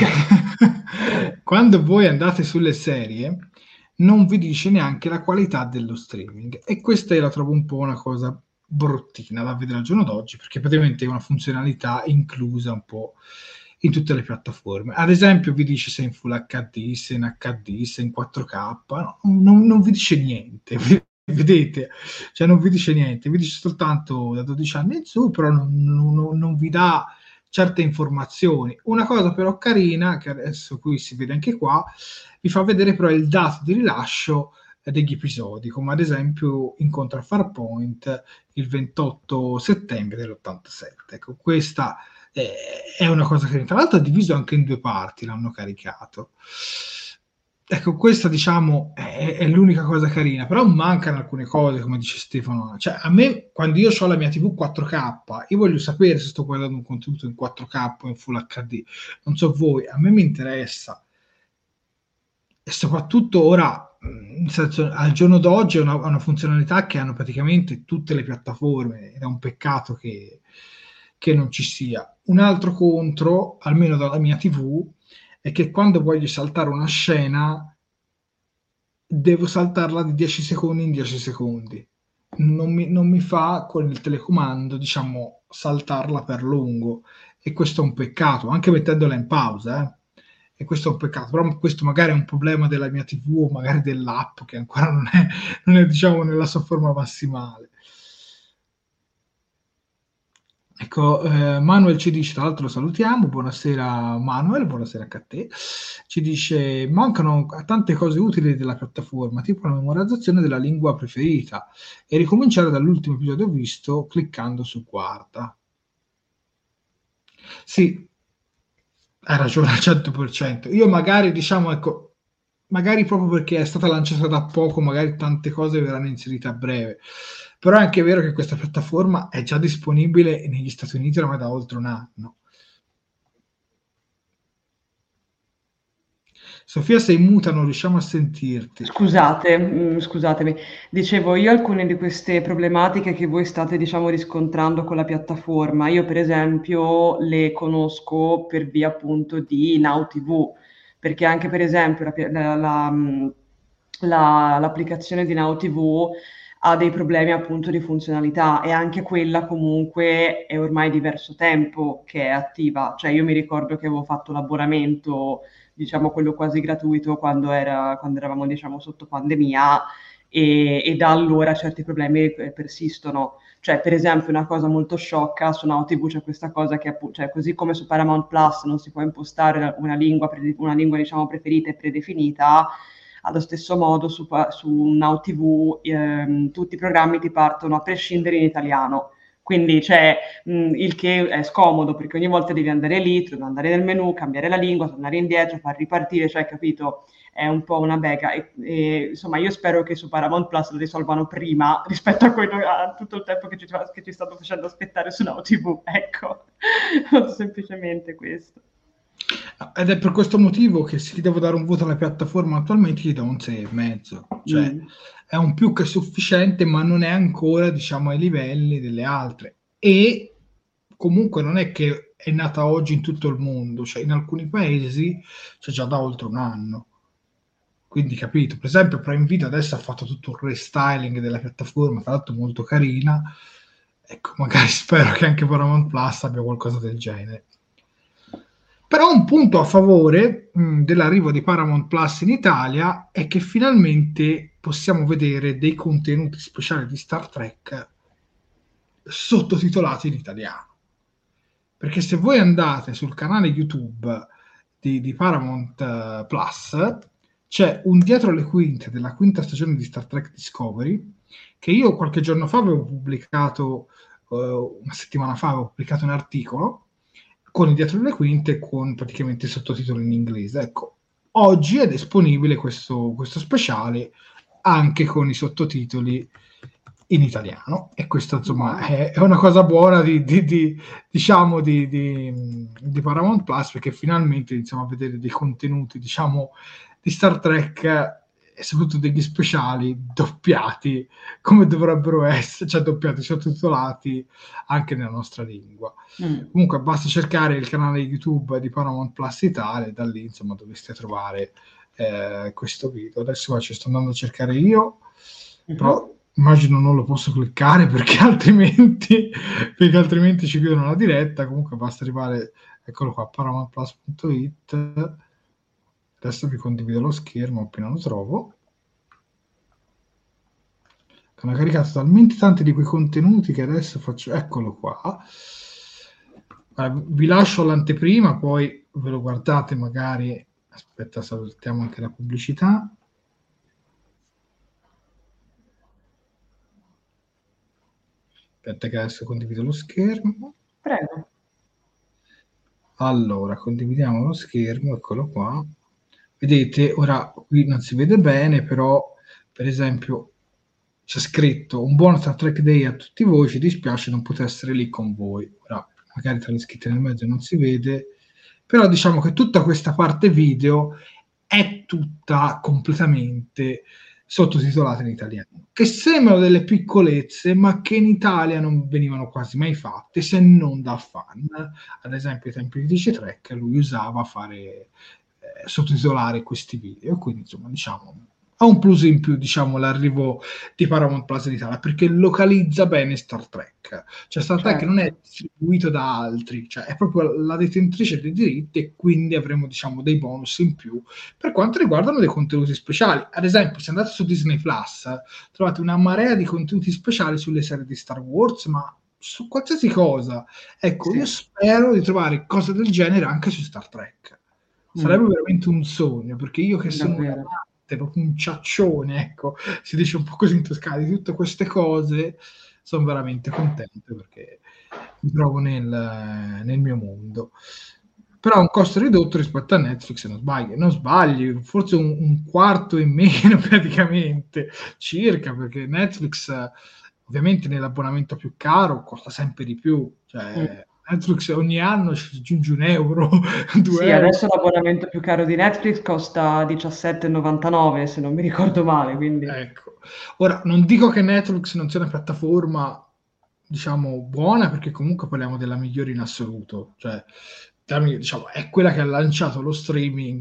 Quando voi andate sulle serie, non vi dice neanche la qualità dello streaming, e questa io la trovo un po' una cosa bruttina da vedere al giorno d'oggi, perché praticamente è una funzionalità inclusa un po' in tutte le piattaforme. Ad esempio vi dice se è in Full HD, se è in HD, se è in 4K, no, non vi dice niente, vedete? Cioè non vi dice niente, vi dice soltanto da 12 anni in su, però non vi dà certe informazioni. Una cosa però carina, che adesso qui si vede anche qua, vi fa vedere però il dato di rilascio degli episodi, come ad esempio Incontra Farpoint il 28 settembre dell'87. Ecco, questa è una cosa che tra l'altro è diviso anche in 2 parti, l'hanno caricato. Ecco, questa diciamo è l'unica cosa carina, però mancano alcune cose, come dice Stefano. Cioè, a me, quando io ho la mia TV 4K, io voglio sapere se sto guardando un contenuto in 4K o in Full HD. Non so voi, a me mi interessa. E soprattutto ora, nel senso, al giorno d'oggi è una funzionalità che hanno praticamente tutte le piattaforme, ed è un peccato che non ci sia. Un altro contro, almeno dalla mia TV, è che quando voglio saltare una scena devo saltarla di 10 secondi in 10 secondi. Non mi fa con il telecomando, diciamo, saltarla per lungo, e questo è un peccato, anche mettendola in pausa, e questo è un peccato. Però questo magari è un problema della mia TV o magari dell'app, che ancora non è diciamo nella sua forma massimale. Ecco, Manuel ci dice, tra l'altro lo salutiamo, buonasera Manuel, buonasera anche a te, ci dice mancano tante cose utili della piattaforma, tipo la memorizzazione della lingua preferita, e ricominciare dall'ultimo episodio visto cliccando su guarda. Sì, hai ragione al 100%. Io magari, diciamo, ecco, magari proprio perché è stata lanciata da poco, magari tante cose verranno inserite a breve. Però è anche vero che questa piattaforma è già disponibile negli Stati Uniti ormai da oltre un anno. Sofia, sei muta, non riusciamo a sentirti. Scusatemi. Dicevo, io alcune di queste problematiche che voi state, diciamo, riscontrando con la piattaforma, io per esempio le conosco per via appunto di Now TV, perché anche per esempio l'applicazione di Now TV ha dei problemi appunto di funzionalità, e anche quella comunque è ormai diverso tempo che è attiva. Cioè io mi ricordo che avevo fatto l'abbonamento, diciamo quello quasi gratuito, quando eravamo diciamo sotto pandemia, e da allora certi problemi persistono. Cioè per esempio una cosa molto sciocca, su Now TV c'è questa cosa che cioè, così come su Paramount Plus non si può impostare una lingua diciamo preferita e predefinita, allo stesso modo su Now TV tutti i programmi ti partono a prescindere in italiano. Quindi c'è il che è scomodo, perché ogni volta devi andare lì, andare nel menu, cambiare la lingua, tornare indietro, far ripartire, cioè capito? È un po' una bega. E insomma, io spero che su Paramount Plus lo risolvano prima rispetto a tutto il tempo che ci stanno facendo aspettare su Now TV. Ecco, semplicemente questo. Ed è per questo motivo che se ti devo dare un voto alla piattaforma attualmente gli do un 6,5. Cioè è un più che sufficiente, ma non è ancora, diciamo, ai livelli delle altre. E comunque non è che è nata oggi in tutto il mondo, cioè in alcuni paesi c'è già da oltre un anno. Quindi capito, per esempio Prime Video adesso ha fatto tutto il restyling della piattaforma, tra l'altro molto carina. Ecco, magari spero che anche Paramount Plus abbia qualcosa del genere. Però un punto a favore dell'arrivo di Paramount Plus in Italia è che finalmente possiamo vedere dei contenuti speciali di Star Trek sottotitolati in italiano. Perché se voi andate sul canale YouTube di Paramount Plus, c'è un dietro le quinte della quinta stagione di Star Trek Discovery, che io qualche giorno fa avevo pubblicato, una settimana fa avevo pubblicato un articolo con il dietro le quinte con praticamente i sottotitoli in inglese. Ecco, oggi è disponibile questo speciale anche con i sottotitoli in italiano, e questo insomma è una cosa buona diciamo di Paramount Plus, perché finalmente iniziamo a vedere dei contenuti, diciamo, di Star Trek, e soprattutto degli speciali doppiati come dovrebbero essere, cioè doppiati, sottotitolati anche nella nostra lingua. Comunque basta cercare il canale YouTube di Paramount Plus Italia, e da lì insomma dovreste trovare questo video. Adesso ci sto andando a cercare io, però immagino non lo posso cliccare perché altrimenti ci chiudono la diretta. Comunque basta arrivare, eccolo qua, paramountplus.it. Adesso vi condivido lo schermo appena lo trovo. Hanno caricato talmente tanti di quei contenuti che adesso faccio, eccolo qua. Vi lascio l'anteprima, poi ve lo guardate magari. Aspetta, salutiamo anche la pubblicità. Aspetta che adesso condivido lo schermo. Prego. Allora, condividiamo lo schermo, eccolo qua. Vedete, ora qui non si vede bene, però per esempio c'è scritto: un buon Star Trek Day a tutti voi, ci dispiace non poter essere lì con voi. Ora, magari tra le scritte nel mezzo non si vede, però diciamo che tutta questa parte video è tutta completamente sottotitolata in italiano, che sembrano delle piccolezze, ma che in Italia non venivano quasi mai fatte, se non da fan. Ad esempio, ai tempi di DC Trek lui usava fare sottotitolare questi video, quindi insomma diciamo ha un plus in più, diciamo, l'arrivo di Paramount Plus in Italia, perché localizza bene Star Trek. Cioè Star Trek non è distribuito da altri, cioè è proprio la detentrice dei diritti, e quindi avremo, diciamo, dei bonus in più per quanto riguardano dei contenuti speciali. Ad esempio, se andate su Disney Plus trovate una marea di contenuti speciali sulle serie di Star Wars, ma su qualsiasi cosa. Ecco, io spero di trovare cose del genere anche su Star Trek. Sarebbe veramente un sogno, perché io che sono un amante, proprio un ciaccione, ecco, si dice un po' così in Toscana, di tutte queste cose, sono veramente contento perché mi trovo nel mio mondo. Però ha un costo ridotto rispetto a Netflix, non sbagli, forse un quarto in meno praticamente, circa, perché Netflix ovviamente nell'abbonamento più caro costa sempre di più, cioè Netflix ogni anno ci aggiunge €1, 2 Sì, euro. adesso l'abbonamento più caro di Netflix costa €17,99 se non mi ricordo male, quindi... Ecco. Ora, non dico che Netflix non sia una piattaforma, diciamo, buona, perché comunque parliamo della migliore in assoluto, cioè diciamo, è quella che ha lanciato lo streaming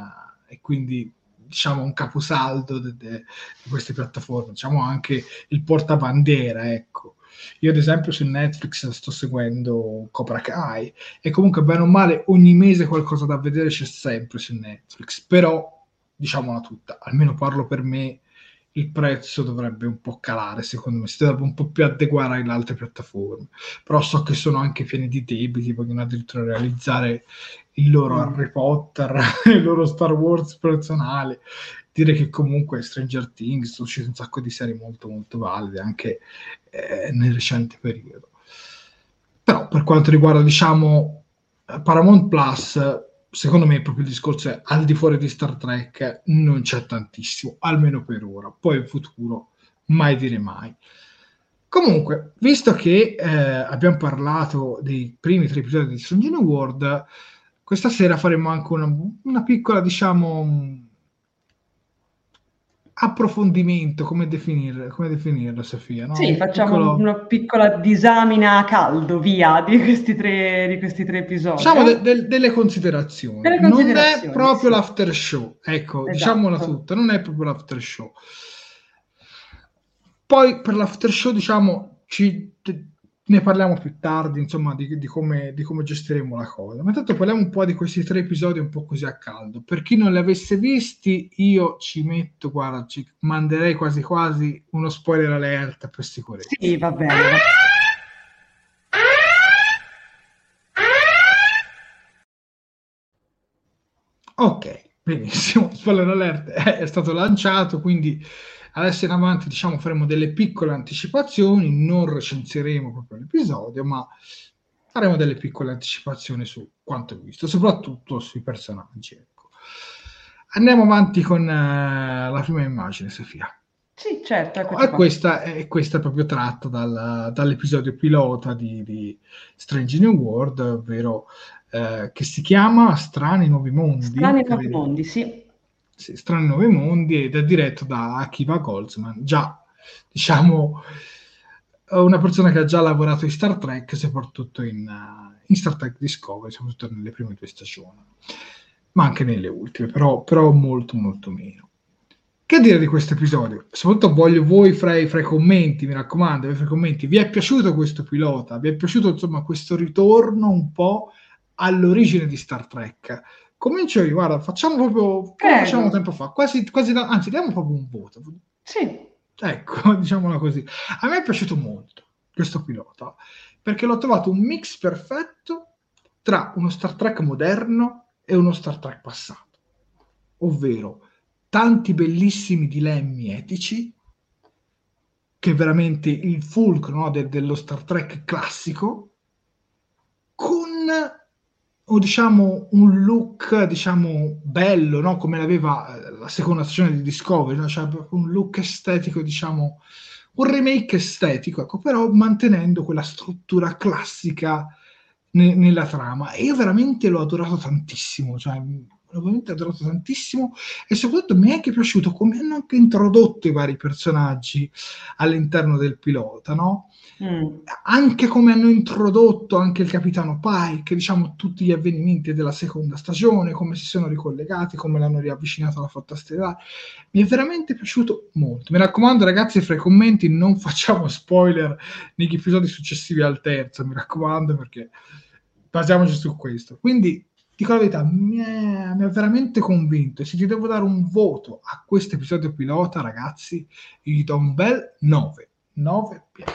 e quindi diciamo un caposaldo di queste piattaforme, diciamo anche il portabandiera, ecco. Io ad esempio su Netflix sto seguendo Cobra Kai, e comunque bene o male ogni mese qualcosa da vedere c'è sempre su Netflix, però diciamola tutta, almeno parlo per me, il prezzo dovrebbe un po' calare, secondo me, si dovrebbe un po' più adeguare alle altre piattaforme. Però so che sono anche pieni di debiti, vogliono addirittura realizzare il loro Harry Potter, il loro Star Wars personale. Dire che comunque Stranger Things sono uscite un sacco di serie molto molto valide anche nel recente periodo. Però per quanto riguarda, diciamo, Paramount Plus, secondo me proprio il discorso è al di fuori di Star Trek non c'è tantissimo, almeno per ora. Poi in futuro mai dire mai. Comunque, visto che abbiamo parlato dei primi 3 episodi di Strange New World, questa sera faremo anche una piccola, diciamo, approfondimento, come definirlo, Sofia? No? Sì, facciamo una piccola disamina a caldo, via, di questi tre episodi. Diciamo delle considerazioni. Non è proprio l'after show, ecco, esatto. Diciamola tutta, non è proprio l'after show. Poi per l'after show, diciamo, ne parliamo più tardi, insomma, di come gestiremo la cosa. Ma intanto parliamo un po' di questi 3 episodi un po' così a caldo. Per chi non li avesse visti, io ci metto, guarda, ci manderei quasi quasi uno spoiler alert per sicurezza. Sì, va bene. Ok, benissimo, spoiler alert è stato lanciato, quindi adesso in avanti, diciamo, faremo delle piccole anticipazioni, non recensiremo proprio l'episodio, ma faremo delle piccole anticipazioni su quanto visto, soprattutto sui personaggi, ecco. Andiamo avanti con la prima immagine, Sofia. Sì, certo, eccoci E qua. questa è proprio tratta dall'episodio pilota di Strange New World, ovvero che si chiama Strani Nuovi Mondi. Strani Nuovi Mondi, sì. Sì, Strani Nuovi Mondi, ed è diretto da Akiva Goldsman, già, diciamo, una persona che ha già lavorato in Star Trek, soprattutto in Star Trek Discovery, soprattutto nelle prime 2 stagioni, ma anche nelle ultime, però molto molto meno. Che dire di questo episodio? Soprattutto voglio voi fra i commenti, mi raccomando, fra i commenti. Vi è piaciuto questo pilota? Vi è piaciuto, insomma, questo ritorno un po' all'origine di Star Trek? Comincio io, guarda, facciamo proprio come facevamo tempo fa, quasi anzi, diamo proprio un voto. Sì. Ecco, diciamola così. A me è piaciuto molto questo pilota, perché l'ho trovato un mix perfetto tra uno Star Trek moderno e uno Star Trek passato, ovvero tanti bellissimi dilemmi etici, che è veramente il fulcro, no, dello Star Trek classico, con diciamo un look, diciamo, bello, no, come l'aveva la seconda stagione di Discovery, no? Cioè un look estetico, diciamo, un remake estetico, ecco, però mantenendo quella struttura classica nella trama. E io veramente l'ho adorato tantissimo, cioè l'ho veramente adorato tantissimo, e soprattutto mi è anche piaciuto come hanno anche introdotto i vari personaggi all'interno del pilota, no? Anche come hanno introdotto anche il capitano Pike, diciamo, tutti gli avvenimenti della seconda stagione, come si sono ricollegati, come l'hanno riavvicinato alla flotta stellare. Mi è veramente piaciuto molto. Mi raccomando, ragazzi, fra i commenti non facciamo spoiler negli episodi successivi al terzo, mi raccomando, perché basiamoci su questo. Quindi dico la verità, mi è veramente convinto, e se ti devo dare un voto a questo episodio pilota, ragazzi, gli do un bel 9 pieni.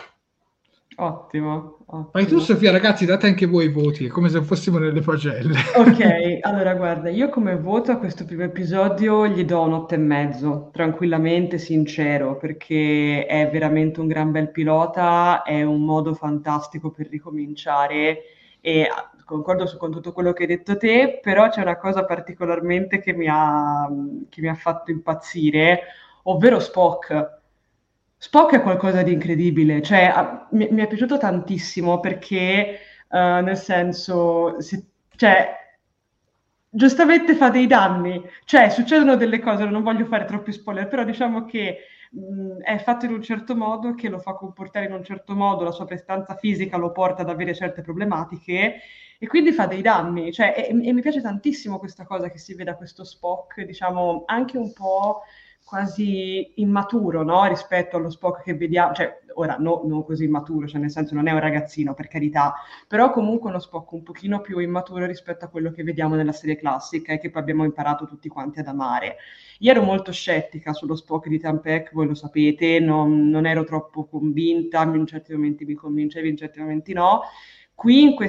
Ottimo. Vai tu, Sofia, ragazzi, date anche voi i voti, è come se fossimo nelle pagelle. Ok, allora guarda, io come voto a questo primo episodio gli do un 8,5, tranquillamente sincero, perché è veramente un gran bel pilota, è un modo fantastico per ricominciare, e concordo con tutto quello che hai detto te, però c'è una cosa particolarmente che mi ha fatto impazzire, ovvero Spock. Spock è qualcosa di incredibile, cioè mi è piaciuto tantissimo perché, nel senso, cioè, giustamente fa dei danni, cioè succedono delle cose, non voglio fare troppi spoiler, però diciamo che è fatto in un certo modo, che lo fa comportare in un certo modo, la sua prestanza fisica lo porta ad avere certe problematiche e quindi fa dei danni, cioè, e mi piace tantissimo questa cosa che si vede a questo Spock, diciamo, anche un po' quasi immaturo, no? Rispetto allo Spock che vediamo, cioè ora non così immaturo, cioè nel senso non è un ragazzino, per carità, però comunque uno Spock un pochino più immaturo rispetto a quello che vediamo nella serie classica e che poi abbiamo imparato tutti quanti ad amare. Io ero molto scettica sullo Spock di Tampek, voi lo sapete, non ero troppo convinta, in certi momenti mi convincevi, in certi momenti no. Qui in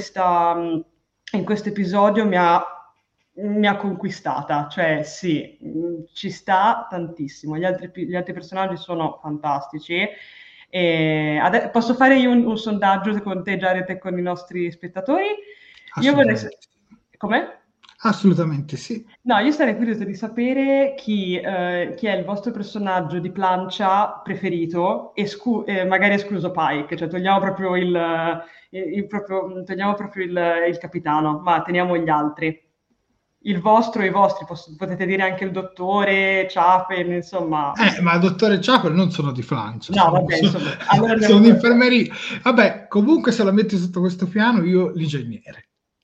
questo episodio mi ha conquistata, cioè sì, ci sta tantissimo, gli altri personaggi sono fantastici. Posso fare io un sondaggio con te, Jared, e con i nostri spettatori? Io vorrei... Com'è? Assolutamente sì. No, io sarei curiosa di sapere chi è il vostro personaggio di plancia preferito, magari escluso Pike, cioè togliamo proprio togliamo proprio il capitano, ma teniamo gli altri. Il vostro e i vostri, potete dire anche il dottore, Chapel, insomma. Ma il dottore Chapel non sono di Francia. No, vabbè, insomma. Allora sono di infermeria. Vabbè, comunque se la metti sotto questo piano, io l'ingegnere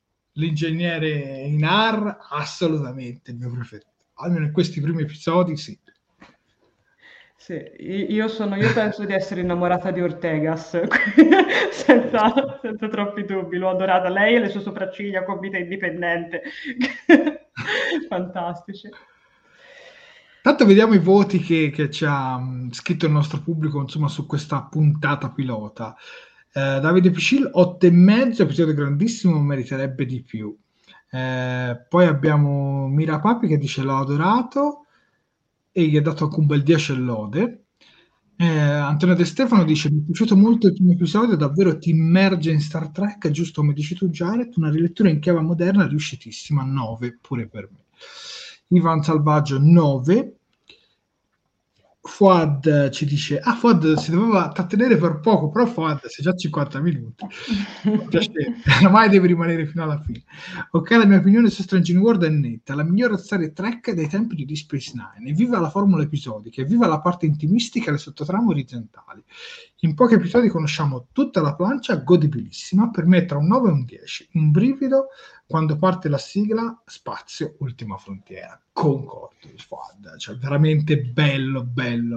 in AR, assolutamente il mio preferito. Almeno in questi primi episodi, sì. Sì, io penso di essere innamorata di Ortegas, senza troppi dubbi, l'ho adorata lei e le sue sopracciglia con vita indipendente, fantastici. Tanto vediamo i voti che ci ha scritto il nostro pubblico, insomma, su questa puntata pilota. Davide Piscil, 8,5, episodio grandissimo, meriterebbe di più. Poi abbiamo Mira Papi che dice l'ho adorato e gli ha dato anche un bel 10 e lode. Antonio De Stefano dice mi è piaciuto molto il primo episodio, davvero ti immerge in Star Trek, giusto come dici tu, Jared, una rilettura in chiave moderna riuscitissima, 9 pure per me. Ivan Salvaggio 9. Fuad ci dice Fuad si doveva trattenere per poco, però Fuad sei già 50 minuti. Piacere. Mai devi rimanere fino alla fine. Ok, la mia opinione su Strange New World è netta: la migliore serie Trek dei tempi di Deep Space Nine. Viva la formula episodica e viva la parte intimistica e le sottotrame orizzontali. In pochi episodi conosciamo tutta la plancia, godibilissima. Per me tra un 9 e un 10, un brivido quando parte la sigla Spazio Ultima Frontiera. Concordo, Fuad, cioè veramente bello.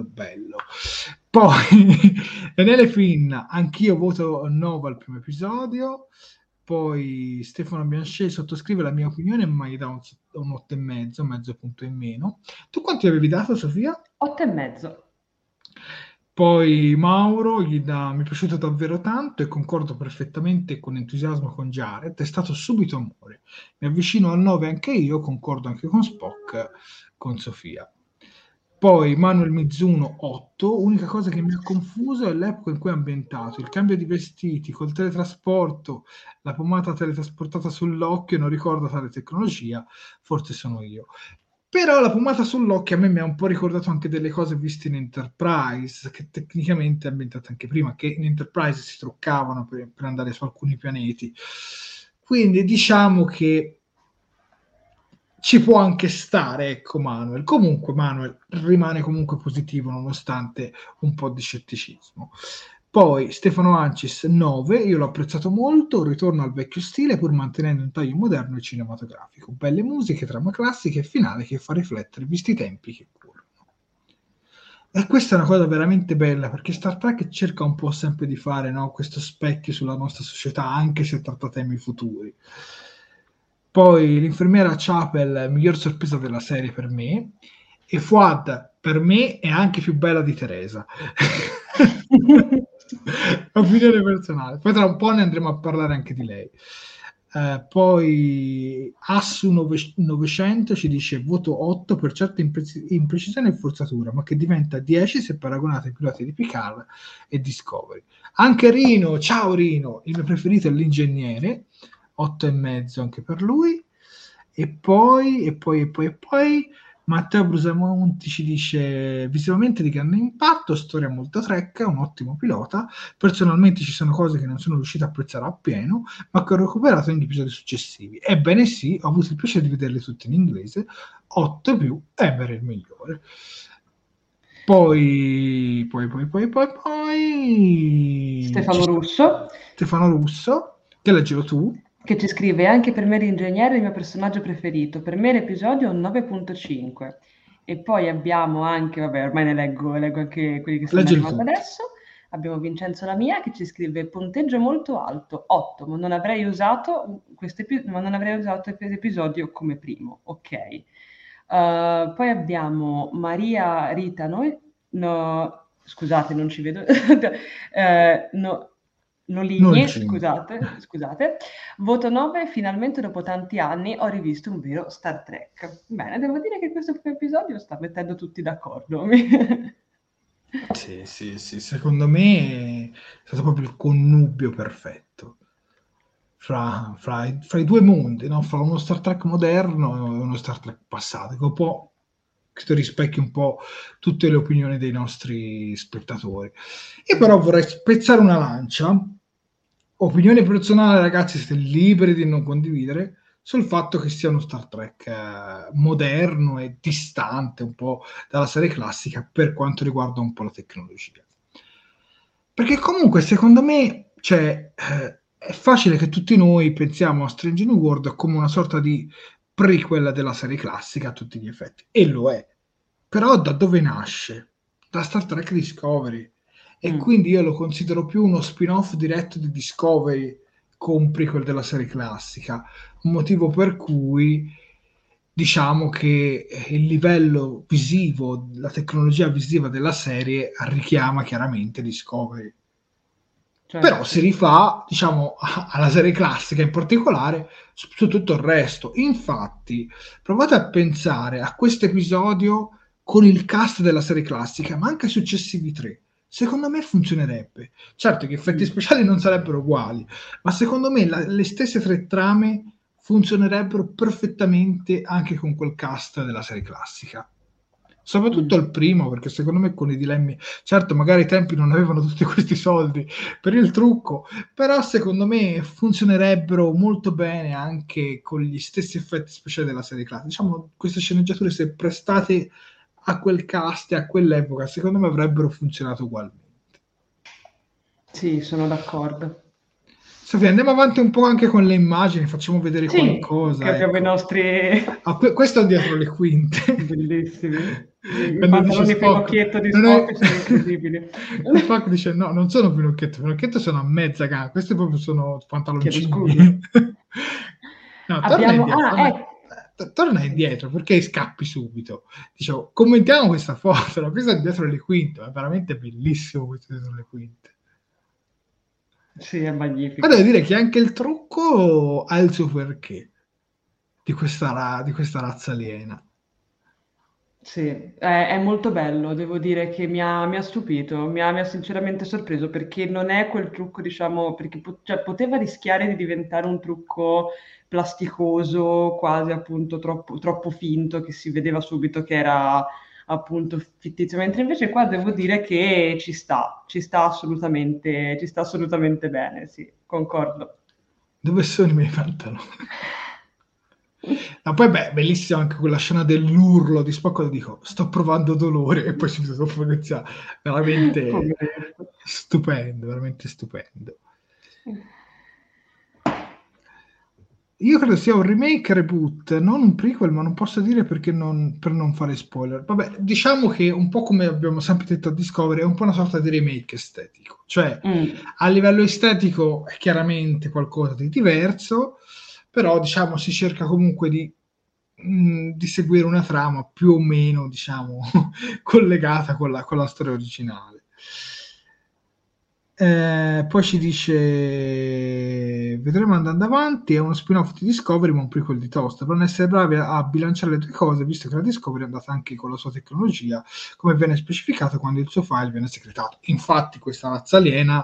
Poi Daniele Finn, anch'io voto 9 al primo episodio. Poi Stefano Bianchet sottoscrive la mia opinione ma gli dà un 8,5, mezzo punto in meno. Tu quanti avevi dato, Sofia? 8,5. Poi Mauro gli dà: mi è piaciuto davvero tanto e concordo perfettamente con entusiasmo con Jared, è stato subito amore. Mi avvicino al 9 anche io, concordo anche con Spock, con Sofia. Poi Manuel Mizuno 8, unica cosa che mi ha confuso è l'epoca in cui è ambientato, il cambio di vestiti col teletrasporto, la pomata teletrasportata sull'occhio, non ricordo tale tecnologia, forse sono io. Però la pomata sull'occhio a me mi ha un po' ricordato anche delle cose viste in Enterprise, che tecnicamente è ambientata anche prima, che in Enterprise si truccavano per andare su alcuni pianeti. Quindi diciamo che ci può anche stare, ecco Manuel. Comunque Manuel rimane comunque positivo nonostante un po' di scetticismo. Poi Stefano Ancis 9, io l'ho apprezzato molto, ritorno al vecchio stile pur mantenendo un taglio moderno e cinematografico, belle musiche, trama classica e finale che fa riflettere visti i tempi che corrono. E questa è una cosa veramente bella, perché Star Trek cerca un po' sempre di fare, no, questo specchio sulla nostra società, anche se tratta temi futuri. Poi l'infermiera Chapel, miglior sorpresa della serie per me, e Fuad per me è anche più bella di Teresa. Opinione personale. Poi tra un po' ne andremo a parlare anche di lei. Poi Assu 900 ci dice voto 8 per certe imprecisione e forzatura, ma che diventa 10 se paragonato ai piloti di Picard e Discovery. Anche Rino, ciao Rino, il mio preferito è l'ingegnere, 8,5 anche per lui. E poi Matteo Brusamonti ci dice visivamente di grande impatto, storia molto Trek, un ottimo pilota. Personalmente ci sono cose che non sono riuscito a apprezzare appieno, ma che ho recuperato negli episodi successivi. Ebbene sì, ho avuto il piacere di vederle tutte in inglese. 8+, Ever il migliore. Poi Stefano Russo, che leggerò tu, che ci scrive: anche per me l'ingegnere è il mio personaggio preferito, per me l'episodio è un 9,5. E poi abbiamo anche, vabbè, ormai ne leggo anche quelli che stanno arrivando adesso. Abbiamo Vincenzo Lamia che ci scrive: punteggio molto alto, 8, ma non avrei usato questo episodio come primo. Ok. Poi abbiamo Maria Rita, scusate, non ci vedo. Noligni, scusate. Voto 9, finalmente dopo tanti anni ho rivisto un vero Star Trek. Bene, devo dire che questo episodio sta mettendo tutti d'accordo. Sì, secondo me è stato proprio il connubio perfetto fra i due mondi, no? Fra uno Star Trek moderno e uno Star Trek passato, che un po' che rispecchia un po' tutte le opinioni dei nostri spettatori. E però vorrei spezzare una lancia, opinione personale, ragazzi, siete liberi di non condividere, sul fatto che sia uno Star Trek moderno e distante un po' dalla serie classica per quanto riguarda un po' la tecnologia. Perché comunque, secondo me, è facile che tutti noi pensiamo a Strange New World come una sorta di prequel della serie classica a tutti gli effetti, e lo è. Però da dove nasce? Da Star Trek Discovery. E quindi io lo considero più uno spin-off diretto di Discovery con prequel della serie classica, un motivo per cui diciamo che il livello visivo, la tecnologia visiva della serie richiama chiaramente Discovery. Certo. Però si rifà, diciamo, alla serie classica in particolare su tutto il resto. Infatti, provate a pensare a questo episodio con il cast della serie classica, ma anche ai successivi 3. Secondo me funzionerebbe. Certo che gli effetti speciali non sarebbero uguali, ma secondo me le stesse 3 trame funzionerebbero perfettamente anche con quel cast della serie classica. Soprattutto il primo, perché secondo me con i dilemmi, certo magari i tempi non avevano tutti questi soldi per il trucco, però secondo me funzionerebbero molto bene anche con gli stessi effetti speciali della serie classica. Diciamo, queste sceneggiature, se prestate a quel cast e a quell'epoca, secondo me avrebbero funzionato ugualmente. Sì, sono d'accordo. Sofia, andiamo avanti un po' anche con le immagini, facciamo vedere Sì, qualcosa. che abbiamo i nostri questo è dietro le quinte. bellissimi. I Quando dice pantaloni Spock, Pinocchietto di non Spock è- sono incredibili. Spock dice no, non sono Pinocchietto sono a mezza gamba, questi proprio sono pantaloncini. Chiedo scusa. No, Abbiamo... torna indietro, perché scappi subito. Dicevo, commentiamo questa foto, no? Questa è dietro le quinte, è veramente bellissimo questo dietro le quinte. Sì, è magnifico. Ma devo dire che anche il trucco ha il suo perché di questa razza aliena. Sì, è molto bello, devo dire che mi ha stupito, mi ha sinceramente sorpreso perché non è quel trucco, diciamo, perché cioè, poteva rischiare di diventare un trucco plasticoso, quasi appunto troppo finto, che si vedeva subito che era appunto fittizio, mentre invece qua devo dire che ci sta assolutamente bene, sì, concordo. Dove sono i miei pantaloni? Ma poi bellissima anche quella scena dell'urlo di Spock quando dico sto provando dolore e poi subito dopo inizia veramente stupendo, veramente stupendo. Io credo sia un remake reboot, non un prequel, ma non posso dire perché per non fare spoiler. Vabbè, diciamo che un po' come abbiamo sempre detto a Discovery, è un po' una sorta di remake estetico. Cioè, a livello estetico è chiaramente qualcosa di diverso, però diciamo si cerca comunque di seguire una trama più o meno, diciamo, collegata con la storia originale. Poi ci dice vedremo andando avanti, è uno spin-off di Discovery ma un prequel di Toast, per non essere bravi a bilanciare le due cose, visto che la Discovery è andata anche con la sua tecnologia, come viene specificato quando il suo file viene segretato. Infatti questa razza aliena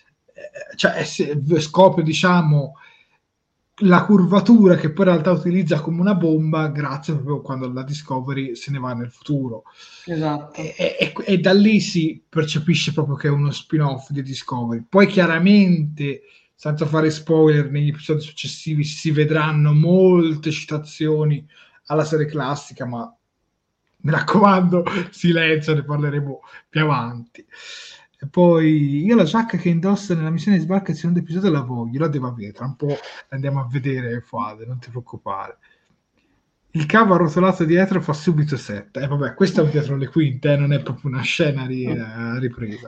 scopre, diciamo, la curvatura che poi in realtà utilizza come una bomba grazie proprio quando la Discovery se ne va nel futuro. Esatto. E da lì si percepisce proprio che è uno spin-off di Discovery. Poi chiaramente, senza fare spoiler, negli episodi successivi si vedranno molte citazioni alla serie classica, ma mi raccomando, silenzio, ne parleremo più avanti. E poi io la giacca che indossa nella missione di sbarco del secondo episodio la voglio, la devo avere, tra un po' andiamo a vedere Fuade, non ti preoccupare. Il cavo arrotolato dietro fa subito set. Vabbè, questo è un dietro le quinte, non è proprio una scena ripresa.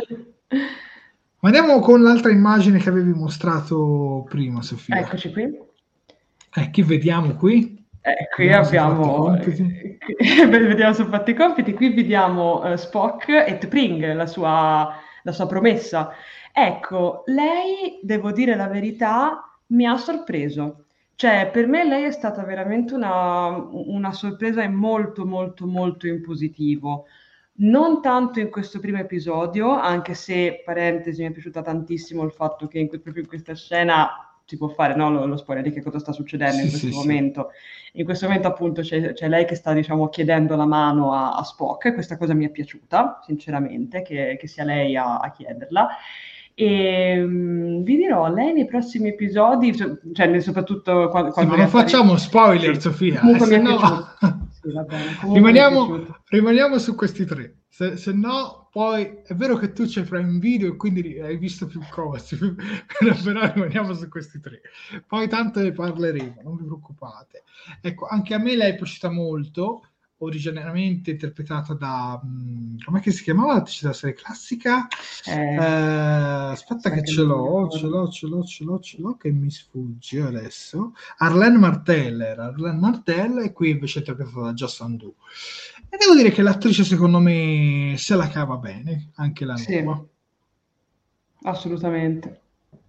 Ma andiamo con l'altra immagine che avevi mostrato prima, Sofia. Eccoci qui. Chi vediamo qui? Qui abbiamo vediamo su Fatti i compiti, qui vediamo Spock e T'Pring, la sua promessa. Ecco, lei, devo dire la verità, mi ha sorpreso. Cioè, per me lei è stata veramente una sorpresa e molto, molto, molto in positivo. Non tanto in questo primo episodio, anche se, parentesi, mi è piaciuta tantissimo il fatto che proprio in questa scena si può fare, no, lo spoiler di che cosa sta succedendo in questo momento. In questo momento appunto c'è lei che sta, diciamo, chiedendo la mano a Spock, e questa cosa mi è piaciuta, sinceramente, che sia lei a chiederla. E vi dirò, lei nei prossimi episodi, cioè soprattutto quando ma non facciamo spoiler, sì, Sofia. Comunque mi è piaciuto. Sì, va bene. Rimaniamo su questi tre. Se no, poi è vero che tu c'hai Prime Video e quindi hai visto più cose, però rimaniamo su questi tre. Poi tanto ne parleremo, non vi preoccupate. Ecco, anche a me lei è piaciuta molto, originariamente interpretata da com'è che si chiamava l'attrice della serie classica? Aspetta che ce l'ho che mi sfugge adesso. Arlene Martel, e qui invece è interpretata da Joss Andu. E devo dire che l'attrice secondo me se la cava bene, anche la nuova. Assolutamente.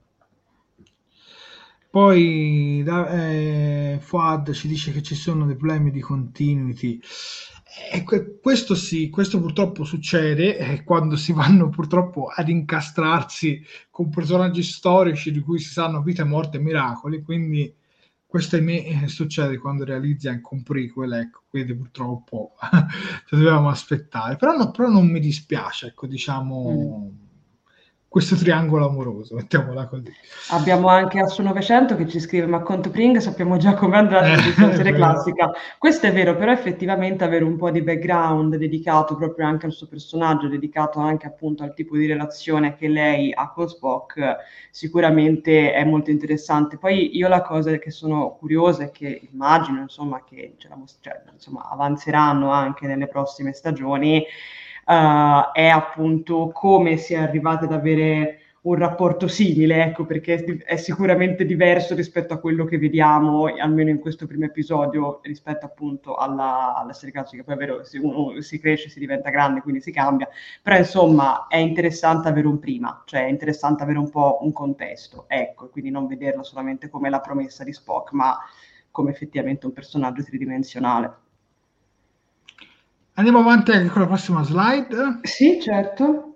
Poi Fuad ci dice che ci sono dei problemi di continuity. Questo sì, questo purtroppo succede quando si vanno purtroppo ad incastrarsi con personaggi storici di cui si sanno vita, morte e miracoli, quindi questo ahimè succede quando realizzi anche un prequel, ecco, quindi purtroppo dovevamo aspettare, però non mi dispiace, ecco, diciamo, questo triangolo amoroso, mettiamola così. Abbiamo anche Assu 900 che ci scrive: ma Conto Pring sappiamo già come andrà la serie classica. Questo è vero, però effettivamente avere un po' di background dedicato proprio anche al suo personaggio, dedicato anche appunto al tipo di relazione che lei ha con Spock, sicuramente è molto interessante. Poi io la cosa che sono curiosa e che immagino insomma che avanzeranno anche nelle prossime stagioni, è appunto come si è arrivate ad avere un rapporto simile, ecco, perché è sicuramente diverso rispetto a quello che vediamo, almeno in questo primo episodio, rispetto appunto alla serie classica. Poi è vero, se uno si cresce, si diventa grande, quindi si cambia, però insomma è interessante avere un prima, cioè è interessante avere un po' un contesto, ecco, quindi non vederla solamente come la promessa di Spock, ma come effettivamente un personaggio tridimensionale. Andiamo avanti anche con la prossima slide. Sì, certo.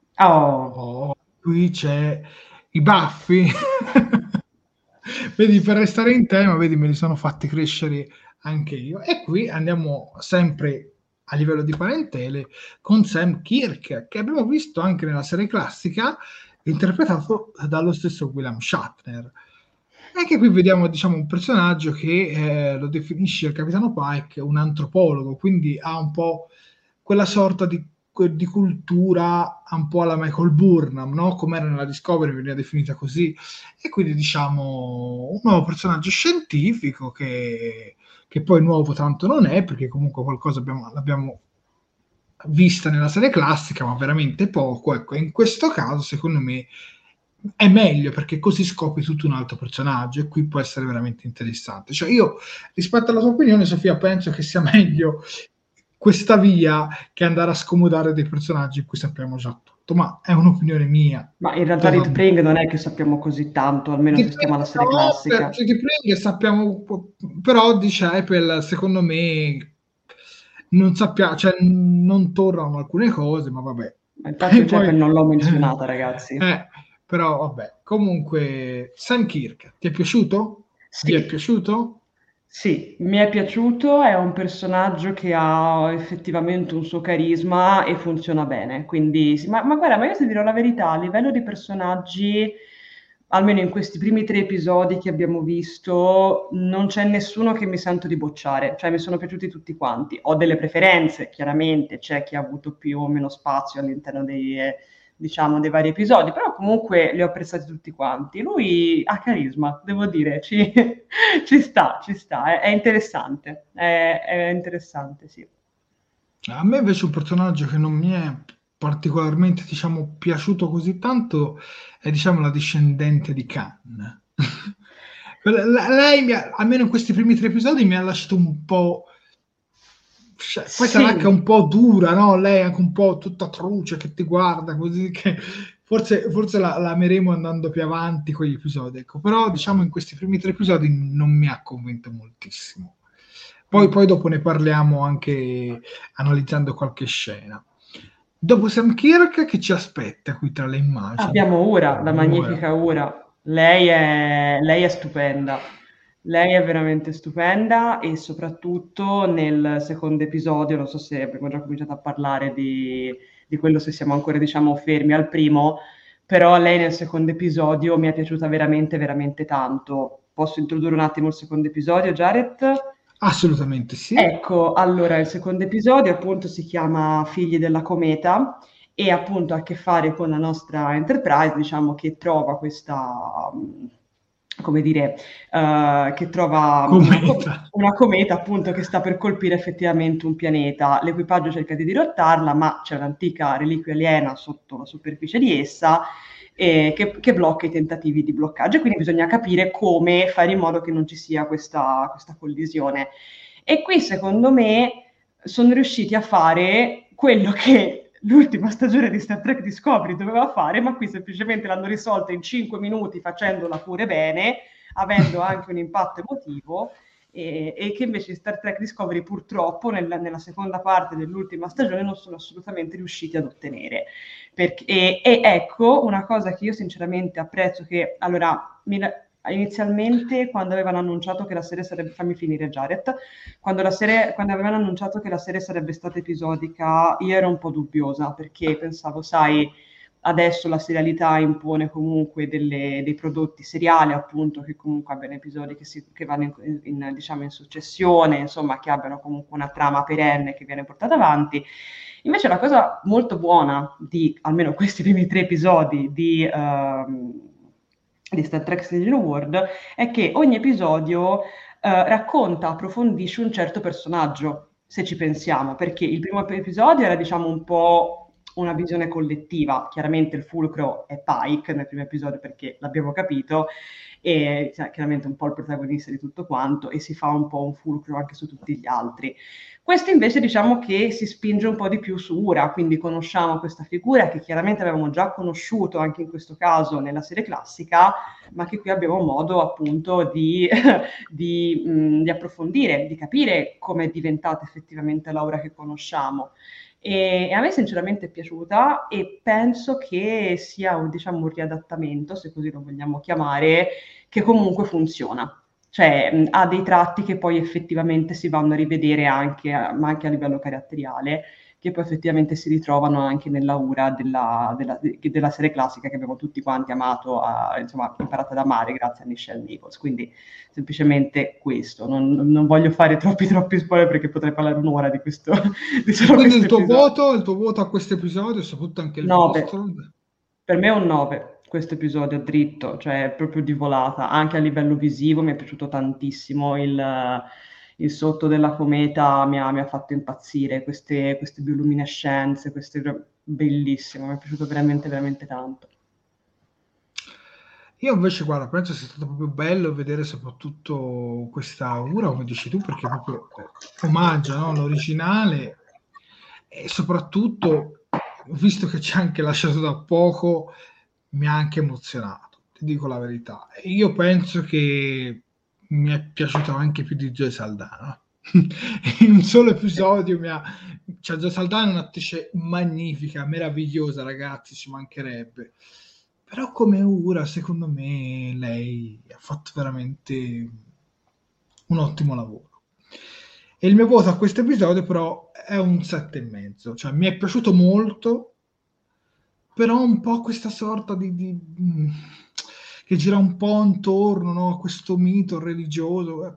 Qui c'è i baffi. Vedi, per restare in tema, vedi, me li sono fatti crescere anche io. E qui andiamo sempre a livello di parentele con Sam Kirk, che abbiamo visto anche nella serie classica, interpretato dallo stesso William Shatner. Anche qui vediamo, diciamo, un personaggio che lo definisce il capitano Pike un antropologo, quindi ha un po' quella sorta di cultura un po' alla Michael Burnham, no? Come era nella Discovery, veniva definita così, e quindi diciamo un nuovo personaggio scientifico che poi nuovo tanto non è, perché comunque qualcosa l'abbiamo vista nella serie classica, ma veramente poco. Ecco, in questo caso secondo me è meglio, perché così scopri tutto un altro personaggio e qui può essere veramente interessante. Cioè io, rispetto alla tua opinione, Sofia, penso che sia meglio questa via che andare a scomodare dei personaggi in cui sappiamo già tutto, ma è un'opinione mia. Ma in realtà di T'Pring non è che sappiamo così tanto, almeno se stiamo alla serie classica. Di T'Pring sappiamo, però di Chapel secondo me non sappiamo, cioè non tornano alcune cose, ma vabbè. Infatti Chapel non l'ho menzionata, ragazzi. Però vabbè, comunque Sam Kirk, ti è piaciuto? Sì. Ti è piaciuto? Sì, mi è piaciuto, è un personaggio che ha effettivamente un suo carisma e funziona bene, quindi sì, ma guarda, ma io ti dirò la verità, a livello di personaggi, almeno in questi primi 3 episodi che abbiamo visto, non c'è nessuno che mi sento di bocciare, cioè mi sono piaciuti tutti quanti. Ho delle preferenze, chiaramente, c'è chi ha avuto più o meno spazio all'interno dei vari episodi, però comunque li ho apprezzati tutti quanti. Lui ha carisma, devo dire, ci sta, è interessante, è interessante, sì. A me invece un personaggio che non mi è particolarmente, diciamo, piaciuto così tanto è, diciamo, la discendente di Khan. Lei, almeno in questi primi 3 episodi, mi ha lasciato un po'... Cioè, poi Sì. sarà anche un po' dura, no? Lei è anche un po' tutta truce che ti guarda, così che forse la ameremo andando più avanti con gli episodi, ecco. Però diciamo in questi primi 3 episodi non mi ha convinto moltissimo. Poi dopo ne parliamo anche analizzando qualche scena. Dopo Sam Kirk, che ci aspetta qui tra le immagini? Abbiamo Uhura, la magnifica Uhura. Lei è stupenda. Lei è veramente stupenda e soprattutto nel secondo episodio, non so se abbiamo già cominciato a parlare di quello, se siamo ancora, diciamo, fermi al primo, però lei nel secondo episodio mi è piaciuta veramente, veramente tanto. Posso introdurre un attimo il secondo episodio, Jared? Assolutamente sì. Ecco, allora il secondo episodio appunto si chiama Figli della Cometa e appunto ha a che fare con la nostra Enterprise, diciamo, che trova questa... come dire, che trova una cometa appunto che sta per colpire effettivamente un pianeta. L'equipaggio cerca di dirottarla, ma c'è un'antica reliquia aliena sotto la superficie di essa che blocca i tentativi di bloccaggio, e quindi bisogna capire come fare in modo che non ci sia questa collisione. E qui secondo me sono riusciti a fare quello che l'ultima stagione di Star Trek Discovery doveva fare, ma qui semplicemente l'hanno risolta in 5 minuti facendola pure bene, avendo anche un impatto emotivo, e che invece Star Trek Discovery purtroppo nella seconda parte dell'ultima stagione non sono assolutamente riusciti ad ottenere. E ecco una cosa che io sinceramente apprezzo, che allora inizialmente quando avevano annunciato che la serie sarebbe, fammi finire Jared, quando avevano annunciato che la serie sarebbe stata episodica, io ero un po' dubbiosa perché pensavo, sai, adesso la serialità impone comunque dei prodotti seriali, appunto, che comunque abbiano episodi che vanno diciamo in successione, insomma, che abbiano comunque una trama perenne che viene portata avanti. Invece la cosa molto buona di almeno questi primi 3 episodi di Star Trek Strange New World è che ogni episodio racconta, approfondisce un certo personaggio, se ci pensiamo, perché il primo episodio era, diciamo, un po' una visione collettiva. Chiaramente il fulcro è Pike nel primo episodio, perché l'abbiamo capito, e chiaramente un po' il protagonista di tutto quanto, e si fa un po' un fulcro anche su tutti gli altri. Questo invece diciamo che si spinge un po' di più su Ura, quindi conosciamo questa figura che chiaramente avevamo già conosciuto anche in questo caso nella serie classica, ma che qui abbiamo modo appunto di approfondire, di capire come è diventata effettivamente Laura che conosciamo. E a me sinceramente è piaciuta e penso che sia diciamo, un riadattamento, se così lo vogliamo chiamare, che comunque funziona. Cioè ha dei tratti che poi effettivamente si vanno a rivedere anche, ma anche a livello caratteriale, che poi effettivamente si ritrovano anche nella Ura della serie classica che abbiamo tutti quanti amato, insomma imparato ad amare grazie a Nichelle Nichols. Quindi semplicemente questo, non voglio fare troppi spoiler perché potrei parlare un'ora di questo. Quindi il tuo voto a questo episodio, soprattutto anche il 9. vostro? Per me è un 9 questo episodio, dritto, cioè proprio di volata. Anche a livello visivo mi è piaciuto tantissimo, il sotto della cometa mi ha fatto impazzire, queste bioluminescenze, bellissimo, mi è piaciuto veramente, veramente tanto. Io invece, guarda, penso sia stato proprio bello vedere soprattutto questa Ura, come dici tu, perché proprio omaggia, no, l'originale, e soprattutto, visto che ci ha anche lasciato da poco, mi ha anche emozionato, ti dico la verità. Io penso che mi è piaciuto anche più di Zoe Saldana. In un solo episodio c'è Zoe Saldana, è un'attrice magnifica, meravigliosa, ragazzi, ci mancherebbe. Però come Ura, secondo me, lei ha fatto veramente un ottimo lavoro. E il mio voto a questo episodio però è un 7,5. Cioè mi è piaciuto molto, però un po' questa sorta che gira un po' intorno, no, a questo mito religioso.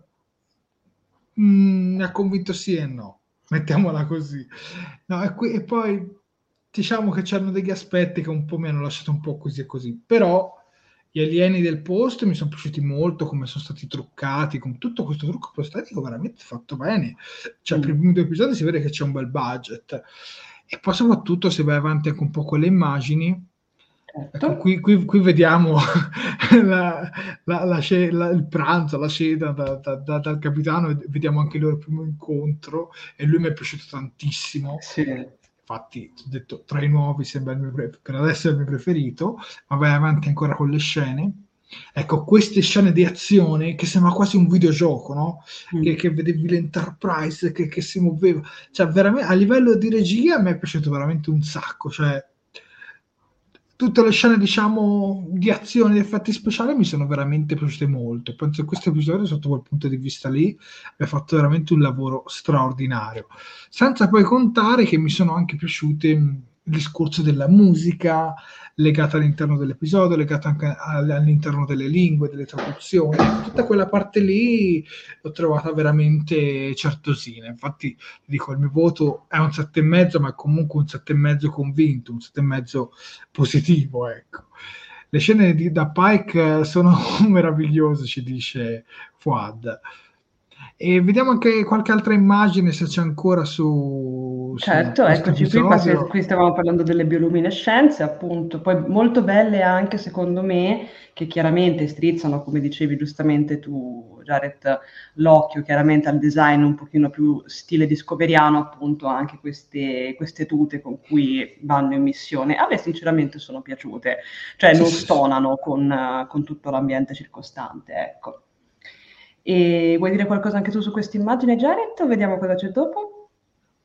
Mi ha convinto sì e no, mettiamola così. No, e poi diciamo che c'erano degli aspetti che un po' mi hanno lasciato un po' così e così, però gli alieni del posto mi sono piaciuti molto, come sono stati truccati, con tutto questo trucco prostetico veramente fatto bene. Cioè, per i primi 2 episodi si vede che c'è un bel budget, e poi soprattutto se vai avanti anche un po' con le immagini, ecco, qui vediamo il pranzo, la cena dal capitano, e vediamo anche il loro primo incontro, e lui mi è piaciuto tantissimo. Sì. Infatti, ho detto, tra i nuovi sembra per adesso è il mio preferito, ma vai avanti ancora con le scene. Ecco, queste scene di azione che sembra quasi un videogioco, no? Che vedevi l'Enterprise che si muoveva. Cioè, veramente, a livello di regia mi è piaciuto veramente un sacco. Cioè, tutte le scene, diciamo, di azione, di effetti speciali mi sono veramente piaciute molto. E penso che questo episodio, sotto quel punto di vista lì, abbia fatto veramente un lavoro straordinario. Senza poi contare che mi sono anche piaciute il discorso della musica legata all'interno dell'episodio, legata anche all'interno delle lingue, delle traduzioni. Tutta quella parte lì l'ho trovata veramente certosina. Infatti, dico, il mio voto è un 7,5, ma è comunque un 7,5 convinto, un 7,5 positivo, ecco. Le scene da Pike sono meravigliose, ci dice Fuad. E vediamo anche qualche altra immagine, se c'è ancora Certo, eccoci qui stavamo parlando delle bioluminescenze, appunto, poi molto belle anche secondo me, che chiaramente strizzano, come dicevi giustamente tu, Jared, l'occhio chiaramente al design un pochino più stile discoveriano, appunto, anche queste tute con cui vanno in missione. A me sinceramente sono piaciute, cioè non stonano con tutto l'ambiente circostante, ecco. E vuoi dire qualcosa anche tu su questa immagine, Jared, o vediamo cosa c'è dopo?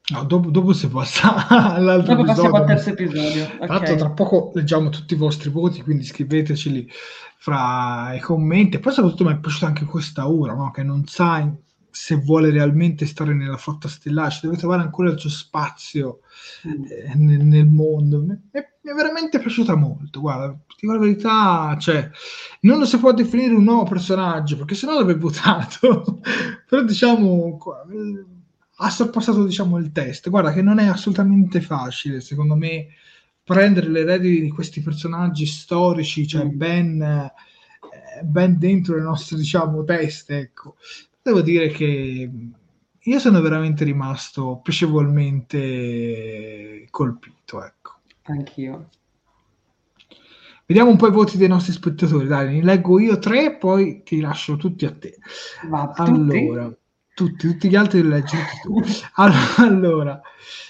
No, dopo si passa all'altro Dopo passiamo al episodio. terzo episodio. Tra l'altro tra Ok. poco leggiamo tutti i vostri voti, quindi scriveteceli fra i commenti. E poi soprattutto mi è piaciuta anche questa ora, no? Che non sa se vuole realmente stare nella flotta stellare, ci deve trovare ancora il suo spazio nel mondo. Mi è veramente piaciuta molto. Guarda, ti dico la verità, cioè, non lo si può definire un nuovo personaggio, perché sennò l'avrei votato. Però diciamo ha sorpassato, diciamo, il test. Guarda che non è assolutamente facile, secondo me, prendere le redini di questi personaggi storici, cioè ben dentro le nostre, diciamo, teste, ecco. Devo dire che io sono veramente rimasto piacevolmente colpito, ecco. Anch'io. Vediamo un po' i voti dei nostri spettatori, dai, ne leggo io 3, poi ti lascio tutti a te. Ma Allora, tutti gli altri li leggi tutti tu. Allora,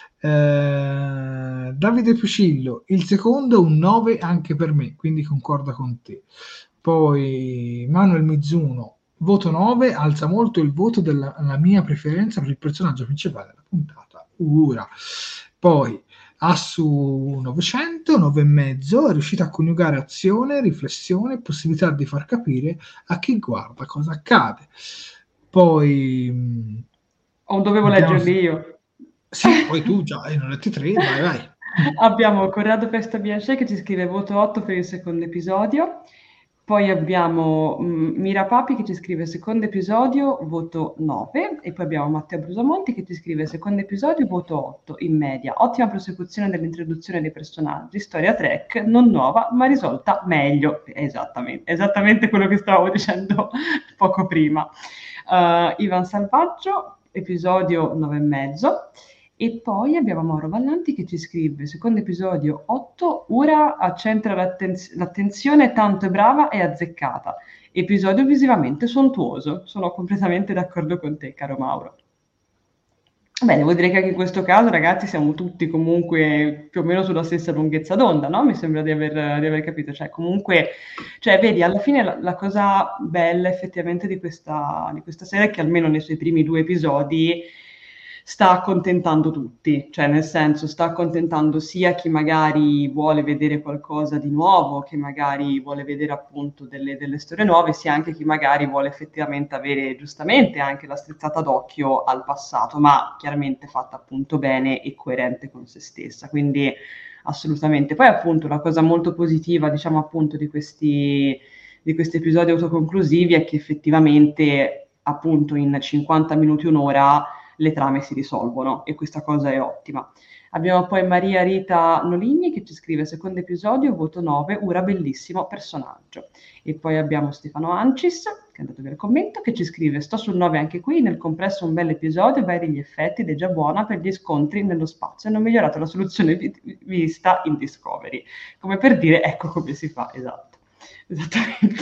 Davide Fucillo, il secondo un 9 anche per me, quindi concorda con te. Poi Manuel Mizuno, voto 9, alza molto il voto della mia preferenza per il personaggio principale della puntata. Poi Assu 900, 9,5, è riuscita a coniugare azione, riflessione e possibilità di far capire a chi guarda cosa accade. Poi dovevo leggerli io. Sì, poi tu già ne ho letti 3, vai. Abbiamo Corrado Festa Bianche che ci scrive voto 8 per il secondo episodio. Poi abbiamo Mira Papi che ci scrive secondo episodio, voto 9. E poi abbiamo Matteo Brusamonti che ci scrive secondo episodio, voto 8 in media. Ottima prosecuzione dell'introduzione dei personaggi, storia track, non nuova ma risolta meglio. Esattamente quello che stavamo dicendo poco prima. Ivan Salvaggio, episodio 9,5. E poi abbiamo Mauro Vallanti che ci scrive, secondo episodio 8, Ura accentra l'attenzione, tanto è brava e azzeccata. Episodio visivamente sontuoso. Sono completamente d'accordo con te, caro Mauro. Beh, devo dire che anche in questo caso, ragazzi, siamo tutti comunque più o meno sulla stessa lunghezza d'onda, no? Mi sembra di aver capito. Cioè, comunque, vedi, alla fine la cosa bella effettivamente di questa serie è che almeno nei suoi primi 2 episodi sta accontentando tutti, cioè nel senso sta accontentando sia chi magari vuole vedere qualcosa di nuovo, che magari vuole vedere appunto delle storie nuove, sia anche chi magari vuole effettivamente avere giustamente anche la strizzata d'occhio al passato, ma chiaramente fatta appunto bene e coerente con se stessa, quindi assolutamente. Poi appunto la cosa molto positiva, diciamo appunto di questi episodi autoconclusivi è che effettivamente appunto in 50 minuti, un'ora le trame si risolvono e questa cosa è ottima. Abbiamo poi Maria Rita Noligni che ci scrive secondo episodio, voto 9, Ura bellissimo personaggio. E poi abbiamo Stefano Ancis, che è andato a vedere il commento, che ci scrive sto sul 9 anche qui, nel complesso un bel episodio, vai degli effetti ed è già buona per gli scontri nello spazio. Hanno migliorato la soluzione vista in Discovery. Come per dire, ecco come si fa, esatto. Esattamente.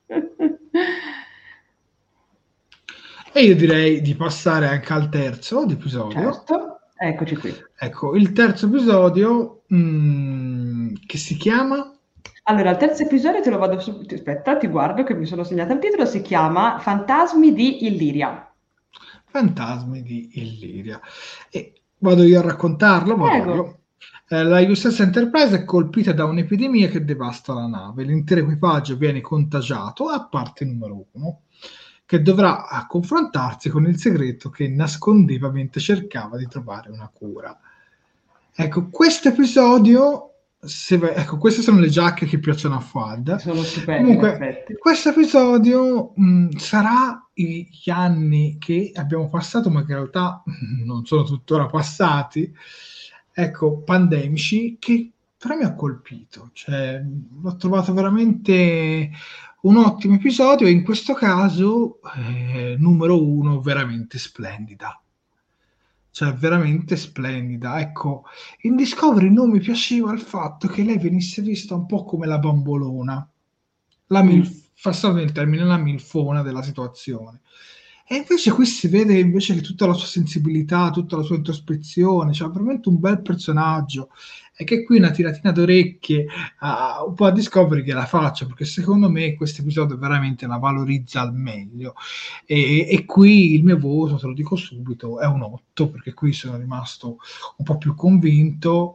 E io direi di passare anche al terzo episodio. Certo, eccoci qui. Ecco, il terzo episodio che si chiama... Allora, il terzo episodio te lo vado subito, aspetta, ti guardo che mi sono segnata il titolo, si chiama Fantasmi di Illyria. Fantasmi di Illyria. E vado io a raccontarlo, vado io. La USS Enterprise è colpita da un'epidemia che devasta la nave. L'intero equipaggio viene contagiato, a parte numero 1, che dovrà confrontarsi con il segreto che nascondeva mentre cercava di trovare una cura. Ecco, questo episodio... ecco, queste sono le giacche che piacciono a Fuad. Sono stupende. Comunque, questo episodio sarà gli anni che abbiamo passato, ma che in realtà non sono tuttora passati, ecco, pandemici, che però mi ha colpito. Cioè, l'ho trovato veramente un ottimo episodio e in questo caso numero 1 veramente splendida. Cioè, veramente splendida. Ecco, in Discovery non mi piaceva il fatto che lei venisse vista un po' come la bambolona, passando il termine, la milfona della situazione. E invece qui si vede invece che tutta la sua sensibilità, tutta la sua introspezione, cioè veramente un bel personaggio. E che qui una tiratina d'orecchie un po' a Discovery che la faccia, perché secondo me questo episodio veramente la valorizza al meglio. E qui il mio voto, te lo dico subito, è un 8, perché qui sono rimasto un po' più convinto.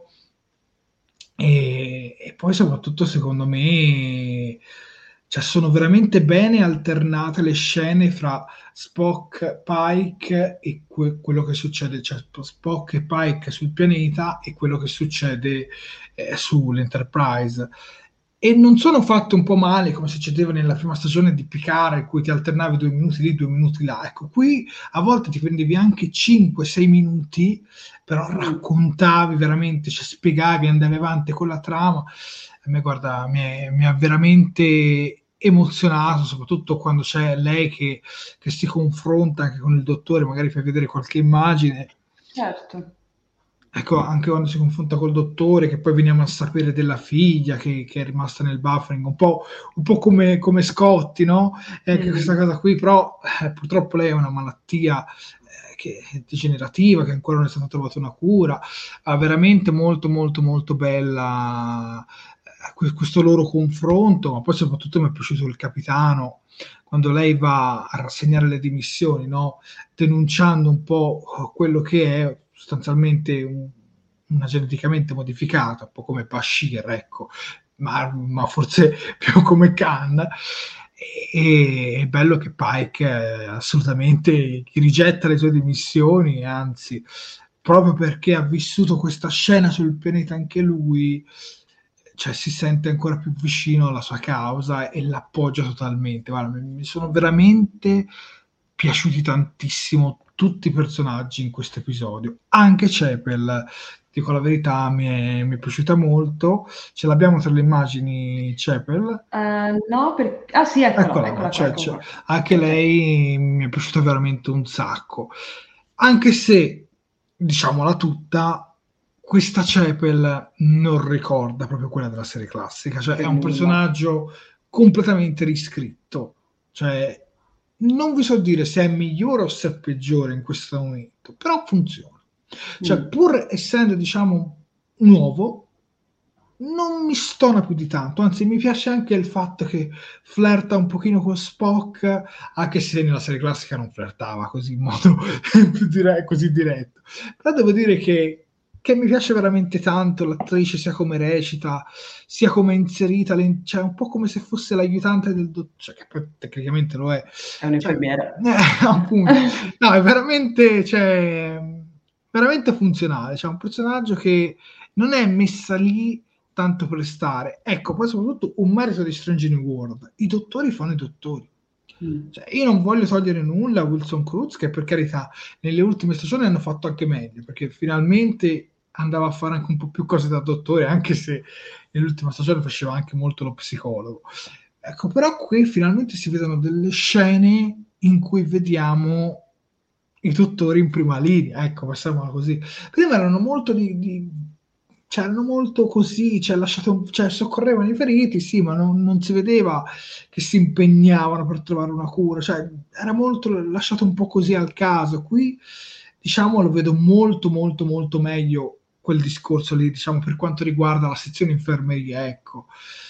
E poi soprattutto secondo me, cioè, sono veramente bene alternate le scene fra Spock, Pike e quello che succede, cioè Spock e Pike sul pianeta e quello che succede sull'Enterprise. E non sono fatte un po' male come succedeva nella prima stagione di Picard, in cui ti alternavi 2 minuti lì, 2 minuti là. Ecco, qui a volte ti prendevi anche 5-6 minuti, però raccontavi veramente, cioè spiegavi, andavi avanti con la trama. A me, guarda, mi ha veramente emozionato, soprattutto quando c'è lei che si confronta anche con il dottore, magari fai vedere qualche immagine. Certo. Ecco, anche quando si confronta col dottore, che poi veniamo a sapere della figlia che è rimasta nel buffering, un po' come Scotti, no? Questa cosa qui, però purtroppo lei ha una malattia che è degenerativa, che ancora non è stata trovata una cura. Veramente molto molto molto bella questo loro confronto, ma poi soprattutto mi è piaciuto il capitano, quando lei va a rassegnare le dimissioni, no? Denunciando un po' quello che è sostanzialmente una geneticamente modificata, un po' come Bashir, ecco, ma forse più come Khan. E è bello che Pike assolutamente rigetta le sue dimissioni, anzi, proprio perché ha vissuto questa scena sul pianeta anche lui, cioè si sente ancora più vicino alla sua causa e l'appoggia totalmente. Guarda, mi sono veramente piaciuti tantissimo tutti i personaggi in questo episodio, anche Chapel, dico la verità, mi è piaciuta molto. Ce l'abbiamo tra le immagini, Chapel? No, sì, eccola qua. Anche lei mi è piaciuta veramente un sacco, anche se, diciamola tutta, questa Chapel non ricorda proprio quella della serie classica, cioè è un personaggio completamente riscritto, cioè non vi so dire se è migliore o se è peggiore in questo momento, però funziona. Cioè, pur essendo, diciamo, nuovo, non mi stona più di tanto, anzi mi piace anche il fatto che flirta un pochino con Spock, anche se nella serie classica non flirtava così in modo così diretto. Però devo dire che mi piace veramente tanto l'attrice, sia come recita, sia come è inserita, cioè un po' come se fosse l'aiutante del dottore, cioè, che poi tecnicamente lo è. È un'infermiera. Appunto. No, è veramente, cioè, veramente funzionale, cioè un personaggio che non è messa lì tanto per stare. Ecco, poi soprattutto un merito di Strange New World: i dottori fanno i dottori. Cioè, io non voglio togliere nulla a Wilson Cruz, che per carità nelle ultime stagioni hanno fatto anche meglio, perché finalmente andava a fare anche un po' più cose da dottore, anche se nell'ultima stagione faceva anche molto lo psicologo. Ecco, però qui finalmente si vedono delle scene in cui vediamo i dottori in prima linea, ecco, passiamola così. Prima erano molto cioè erano molto così, cioè soccorrevano i feriti, sì, ma non si vedeva che si impegnavano per trovare una cura, cioè era molto lasciato un po' così al caso. Qui, diciamo, lo vedo molto molto molto meglio quel discorso lì, diciamo, per quanto riguarda la sezione infermeria, ecco.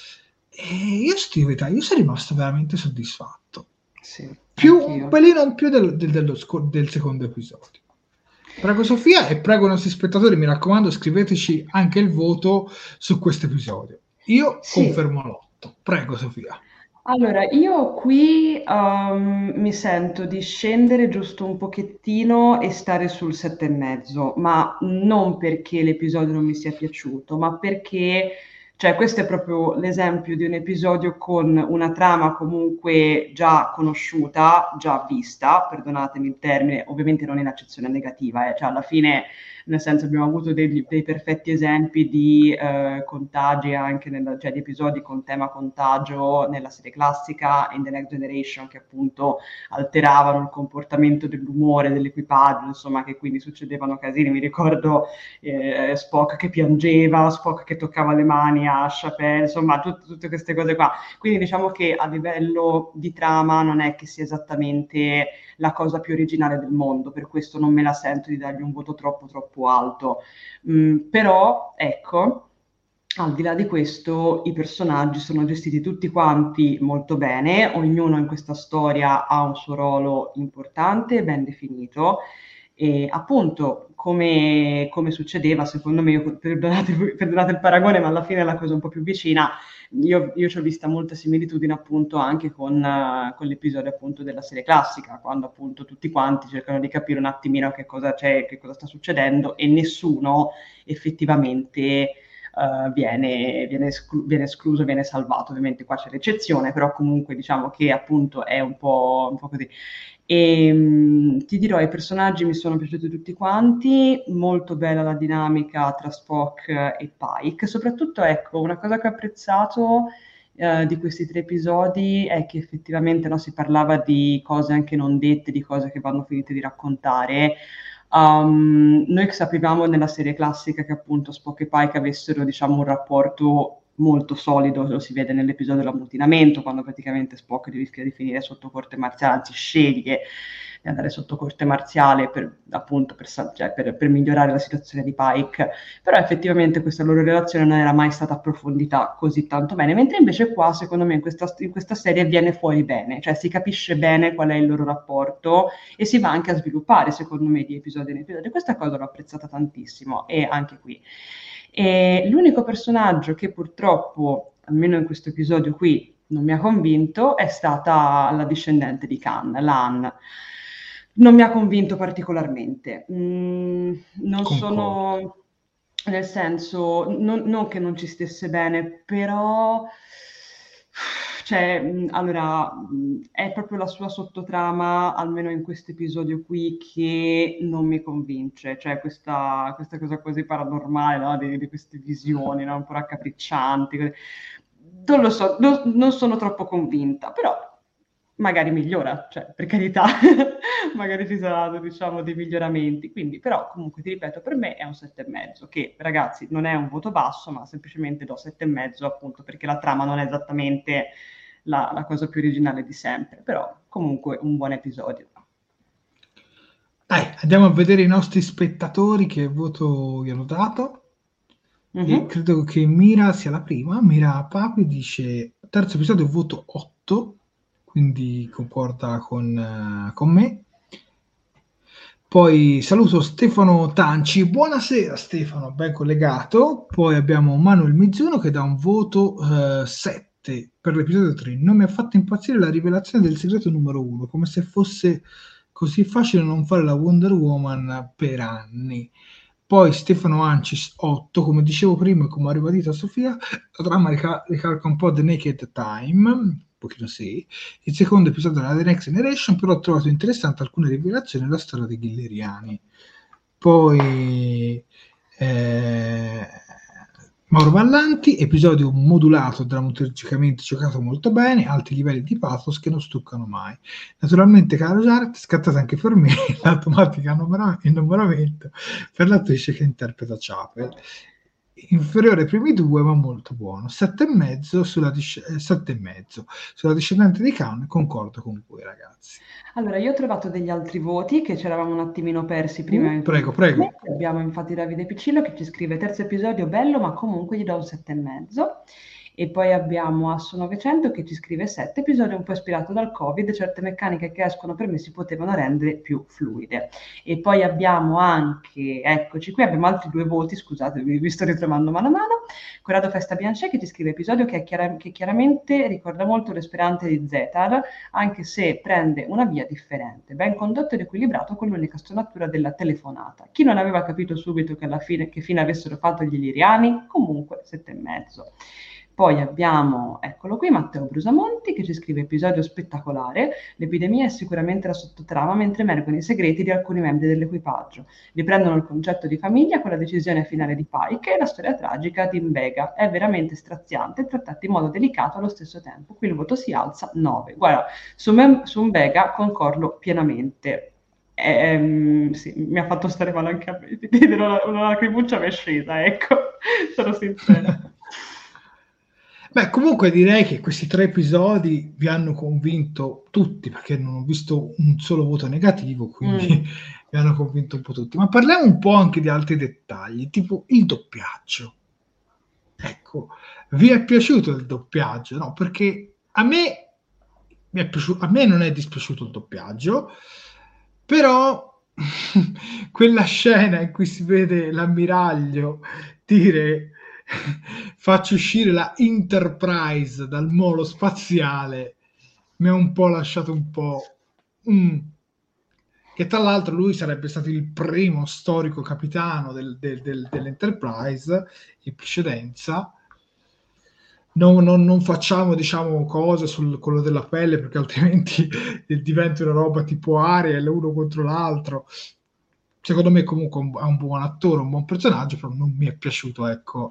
E io sono rimasto veramente soddisfatto. Sì, Un pelino in più del secondo episodio. Prego Sofia, e prego i nostri spettatori, mi raccomando, scriveteci anche il voto su questo episodio. Io confermo l'8. Prego Sofia. Allora, io qui mi sento di scendere giusto un pochettino e stare sul 7,5, ma non perché l'episodio non mi sia piaciuto, ma perché, cioè, questo è proprio l'esempio di un episodio con una trama comunque già conosciuta, già vista, perdonatemi il termine, ovviamente non in accezione negativa, cioè alla fine, nel senso, abbiamo avuto dei perfetti esempi di contagi anche, cioè di episodi con tema contagio nella serie classica, in The Next Generation, che appunto alteravano il comportamento dell'umore dell'equipaggio, insomma, che quindi succedevano casini. Mi ricordo Spock che piangeva, Spock che toccava le mani Tanya, Chappelle, insomma tutte queste cose qua. Quindi diciamo che a livello di trama non è che sia esattamente la cosa più originale del mondo, per questo non me la sento di dargli un voto troppo alto. Però, ecco, al di là di questo, i personaggi sono gestiti tutti quanti molto bene, ognuno in questa storia ha un suo ruolo importante e ben definito. E appunto, come succedeva, secondo me, perdonate il paragone, ma alla fine è la cosa un po' più vicina. Io ci ho vista molte similitudini appunto anche con l'episodio appunto della serie classica, quando appunto tutti quanti cercano di capire un attimino che cosa c'è, che cosa sta succedendo, e nessuno effettivamente viene escluso, viene salvato. Ovviamente qua c'è l'eccezione, però comunque diciamo che appunto è un po' così. E ti dirò, i personaggi mi sono piaciuti tutti quanti, molto bella la dinamica tra Spock e Pike. Soprattutto, ecco, una cosa che ho apprezzato di questi 3 episodi è che effettivamente, no, si parlava di cose anche non dette, di cose che vanno finite di raccontare. Noi sapevamo nella serie classica che appunto Spock e Pike avessero, diciamo, un rapporto molto solido, lo si vede nell'episodio dell'ammutinamento, quando praticamente Spock rischia di finire sotto corte marziale, anzi sceglie di andare sotto corte marziale per migliorare la situazione di Pike. Però effettivamente questa loro relazione non era mai stata approfondita così tanto bene, mentre invece qua, secondo me, in questa serie viene fuori bene, cioè si capisce bene qual è il loro rapporto e si va anche a sviluppare, secondo me, di episodio in episodio. Questa cosa l'ho apprezzata tantissimo, e anche qui. E l'unico personaggio che purtroppo, almeno in questo episodio qui, non mi ha convinto è stata la discendente di Khan, Lan. Non mi ha convinto particolarmente. Non sono, nel senso, non che non ci stesse bene, però cioè, allora, è proprio la sua sottotrama, almeno in questo episodio qui, che non mi convince. Cioè, questa cosa così paranormale, no? Di queste visioni, no? Un po' raccapriccianti. Non lo so, non sono troppo convinta, però magari migliora, cioè, per carità, magari ci saranno, diciamo, dei miglioramenti. Quindi, però, comunque, ti ripeto, per me è un 7,5, che, ragazzi, non è un voto basso, ma semplicemente do 7,5, appunto, perché la trama non è esattamente la cosa più originale di sempre, però comunque un buon episodio. Andiamo a vedere i nostri spettatori che voto gli hanno dato. E credo che Mira sia la prima. Mira Papi dice: terzo episodio, voto 8, quindi concorda con me. Poi saluto Stefano Tanci, buonasera Stefano, ben collegato. Poi abbiamo Manuel Mizuno che dà un voto 7 per l'episodio 3. Non mi ha fatto impazzire la rivelazione del segreto numero 1, come se fosse così facile non fare la Wonder Woman per anni. Poi Stefano Ancis 8, come dicevo prima e come ha ribadito Sofia, la trama ricalca un po' The Naked Time, un pochino sì. Il secondo episodio della The Next Generation, però ho trovato interessante alcune rivelazioni della storia dei Ghilleriani. Poi Mauro Vallanti, episodio modulato, drammaturgicamente giocato molto bene, alti livelli di pathos che non stuccano mai. Naturalmente, caro Jared, scattata anche per me l'automatica innamoramento per l'attrice che interpreta Chapel. Inferiore ai primi 2, ma molto buono. 7,5 sulla discendente di Khan, concordo con voi, ragazzi. Allora, io ho trovato degli altri voti che ci eravamo un attimino persi prima. Prego. Abbiamo infatti Davide Piccillo che ci scrive: terzo episodio bello, ma comunque gli do un 7,5. E poi abbiamo Asso 900 che ci scrive 7, episodio un po' ispirato dal Covid, certe meccaniche che escono per me si potevano rendere più fluide. E poi abbiamo anche, eccoci qui, abbiamo altri 2 voti, scusate, vi sto ritrovando mano a mano. Corrado Festa Bianchet che ci scrive episodio che chiaramente ricorda molto l'Esperante di Zetar, anche se prende una via differente, ben condotto ed equilibrato, con l'unica stonatura della telefonata. Chi non aveva capito subito che alla fine che fine avessero fatto gli Iliriani, comunque 7,5. Poi abbiamo, eccolo qui, Matteo Brusamonti che ci scrive episodio spettacolare, l'epidemia è sicuramente la sottotrama mentre emergono i segreti di alcuni membri dell'equipaggio. Riprendono il concetto di famiglia con la decisione finale di Pike e la storia tragica di Mbega. È veramente straziante e trattata in modo delicato allo stesso tempo. Qui il voto si alza 9. Guarda, su Mbega concordo pienamente. Sì, mi ha fatto stare male anche a me, una lacrimuccia mi è scesa, ecco, sono sincera. Beh, comunque direi che questi 3 episodi vi hanno convinto tutti, perché non ho visto un solo voto negativo, quindi vi hanno convinto un po' tutti. Ma parliamo un po' anche di altri dettagli, tipo il doppiaggio. Ecco, vi è piaciuto il doppiaggio? No, perché a me non è dispiaciuto il doppiaggio, però quella scena in cui si vede l'ammiraglio dire faccio uscire la Enterprise dal molo spaziale mi ha un po' lasciato un po' che tra l'altro lui sarebbe stato il primo storico capitano dell'Enterprise in precedenza. Non facciamo, diciamo, cose sul quello della pelle, perché altrimenti diventa una roba tipo Ariel, uno contro l'altro. Secondo me comunque è un buon attore, un buon personaggio, però non mi è piaciuto, ecco,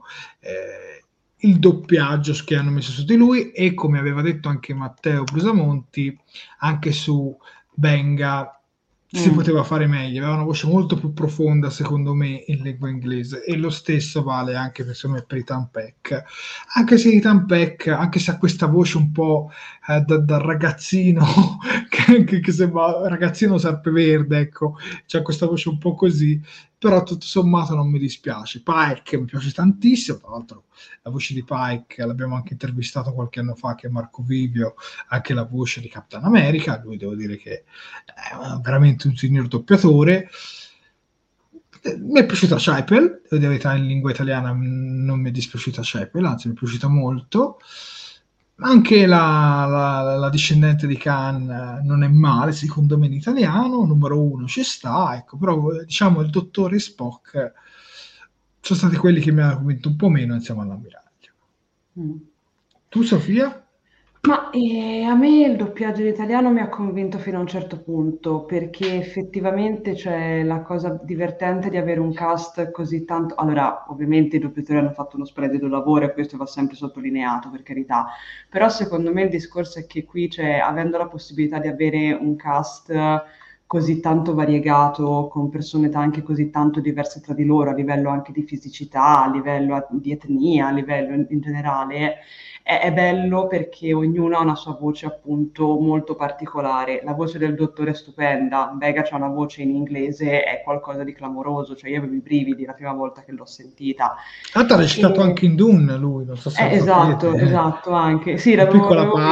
il doppiaggio che hanno messo su di lui, e come aveva detto anche Matteo Brusamonti, anche su Benga si poteva fare meglio, aveva una voce molto più profonda secondo me in lingua inglese, e lo stesso vale anche secondo me per Ethan Peck, anche se Ethan Peck, anche se ha questa voce un po' da ragazzino che sembra ragazzino serpeverde, ecco, c'ha questa voce un po' così, però tutto sommato non mi dispiace. Pike mi piace tantissimo, tra l'altro la voce di Pike l'abbiamo anche intervistato qualche anno fa, che è Marco Vivio, anche la voce di Capitan America, lui devo dire che è veramente un signor doppiatore. Mi è piaciuta Chapel, devo dire la verità, in lingua italiana non mi è dispiaciuta Chapel, anzi mi è piaciuta molto. Anche la discendente di Khan non è male, secondo me, in italiano, numero 1 ci sta, ecco, però diciamo il dottore Spock sono stati quelli che mi hanno convinto un po' meno insieme all'ammiraglio. Tu, Sofia? Ma a me il doppiaggio in italiano mi ha convinto fino a un certo punto, perché effettivamente c'è la cosa divertente di avere un cast così tanto. Allora, ovviamente i doppiatori hanno fatto uno splendido lavoro e questo va sempre sottolineato, per carità, però secondo me il discorso è che qui c'è, avendo la possibilità di avere un cast così tanto variegato, con personalità anche così tanto diverse tra di loro, a livello anche di fisicità, a livello di etnia, a livello in generale, è bello perché ognuno ha una sua voce appunto molto particolare. La voce del dottore è stupenda, Vega c'ha una voce in inglese, è qualcosa di clamoroso, cioè io avevo i brividi la prima volta che l'ho sentita. Ha recitato anche in Dune lui, non so se esatto, anche. Sì, l'avevo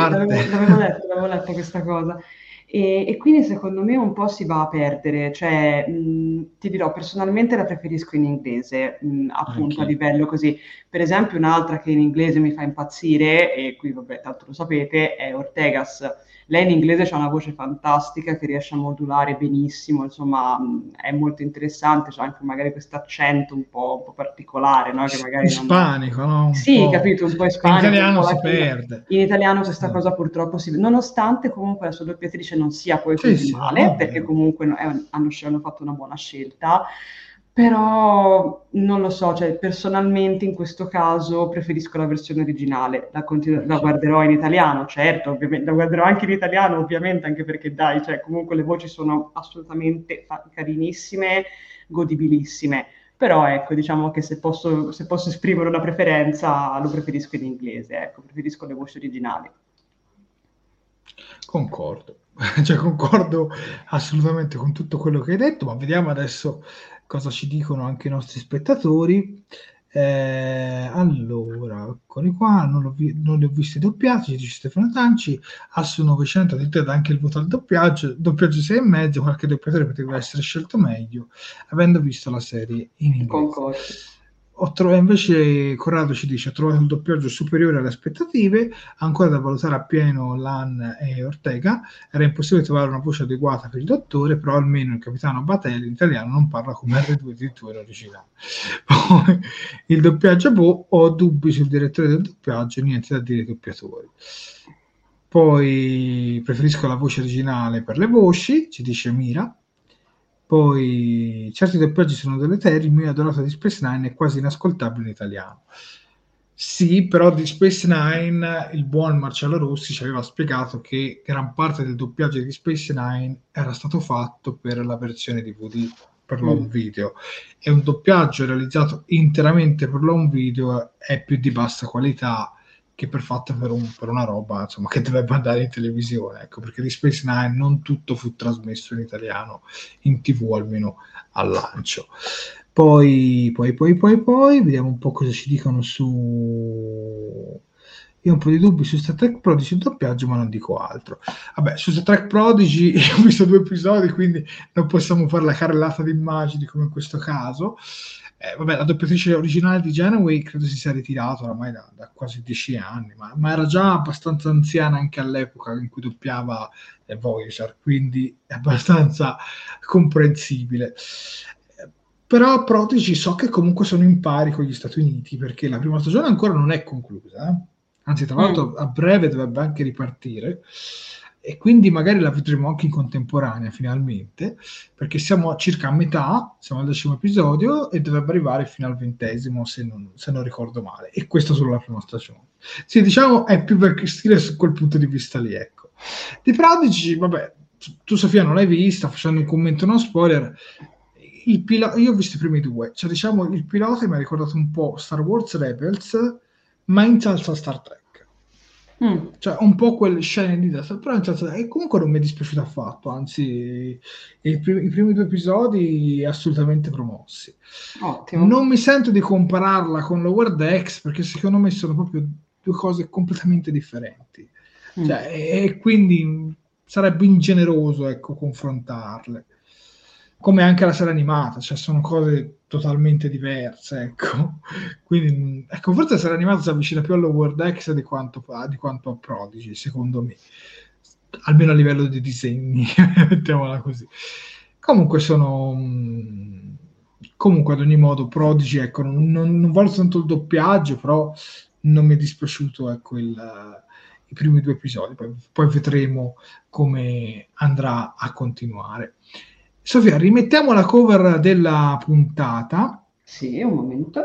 letto questa cosa. E quindi secondo me un po' si va a perdere, cioè ti dirò, personalmente la preferisco in inglese, appunto a livello così. Per esempio un'altra che in inglese mi fa impazzire, e qui vabbè tanto lo sapete, è Ortegas. Lei in inglese ha una voce fantastica che riesce a modulare benissimo, insomma è molto interessante, c'è anche magari questo accento un po' particolare, no? Che magari ispanico, no? Sì, capito, un po' ispanico. In italiano si perde. In italiano questa cosa purtroppo si vede, nonostante comunque la sua doppiatrice non sia poi così male, perché comunque hanno fatto una buona scelta, però non lo so, cioè personalmente in questo caso preferisco la versione originale, la guarderò in italiano, certo, ovviamente, la guarderò anche in italiano, ovviamente, anche perché dai, cioè comunque le voci sono assolutamente carinissime, godibilissime, però ecco, diciamo che se posso esprimere una preferenza, lo preferisco in inglese, ecco, preferisco le voci originali. Concordo assolutamente con tutto quello che hai detto, ma vediamo adesso cosa ci dicono anche i nostri spettatori. Allora, eccoli qua, non li ho visti doppiati, ci dice Stefano Tanci, Assu 900 dà anche il voto al doppiaggio 6,5, qualche doppiatore poteva essere scelto meglio, avendo visto la serie in inglese. Concordo. Invece Corrado ci dice: ho trovato il doppiaggio superiore alle aspettative, ancora da valutare appieno Lan e Ortega, era impossibile trovare una voce adeguata per il dottore, però almeno il capitano Batelli in italiano non parla come R2D2 in originale. Poi il doppiaggio ho dubbi sul direttore del doppiaggio, niente da dire ai doppiatori. Poi preferisco la voce originale per le voci, ci dice Mira. Poi certi doppiaggi sono deleteri, il mio adorato di Space Nine è quasi inascoltabile in italiano. Sì, però di Space Nine il buon Marcello Rossi ci aveva spiegato che gran parte del doppiaggio di Space Nine era stato fatto per la versione DVD, per l'home video, e un doppiaggio realizzato interamente per l'home video è più di bassa qualità che fatta per una roba, insomma, che dovrebbe andare in televisione, ecco, perché di Space Nine non tutto fu trasmesso in italiano in TV, almeno al lancio. Poi vediamo un po' cosa ci dicono su... Io ho un po' di dubbi su Star Trek Prodigy in doppiaggio, ma non dico altro. Vabbè, su Star Trek Prodigy ho visto 2 episodi, quindi non possiamo fare la carrellata di immagini come in questo caso. Vabbè, la doppiatrice originale di Janeway credo si sia ritirata oramai da quasi 10 anni, ma era già abbastanza anziana anche all'epoca in cui doppiava Voyager, quindi è abbastanza comprensibile. Però Prodigy so che comunque sono in pari con gli Stati Uniti, perché la prima stagione ancora non è conclusa, anzi tra l'altro a breve dovrebbe anche ripartire, e quindi magari la vedremo anche in contemporanea finalmente, perché siamo a circa a metà, siamo al 10° episodio e dovrebbe arrivare fino al 20° se non ricordo male, e questo solo la prima stagione. Sì, diciamo è più vecchio stile su quel punto di vista lì, ecco. Di Prodigy, vabbè, tu Sofia non l'hai vista, facendo un commento non spoiler. Io ho visto i primi 2, cioè diciamo il pilota mi ha ricordato un po' Star Wars Rebels, ma in salsa Star Trek. Cioè un po' quel scene di però in salsa, e comunque non mi è dispiaciuto affatto, anzi i primi 2 episodi assolutamente promossi. Ottimo. Non mi sento di compararla con Lower Decks, perché secondo me sono proprio 2 cose completamente differenti, cioè, e quindi sarebbe ingeneroso, ecco, confrontarle. Come anche la serie animata, cioè sono cose totalmente diverse, ecco. Quindi, ecco, forse la serie animata si avvicina più allo Lower Decks di quanto a Prodigy, secondo me, almeno a livello di disegni, mettiamola così. Comunque ad ogni modo Prodigy, ecco, non voglio tanto il doppiaggio, però non mi è dispiaciuto, ecco, i primi 2 episodi, poi vedremo come andrà a continuare. Sofia, rimettiamo la cover della puntata. Sì, un momento.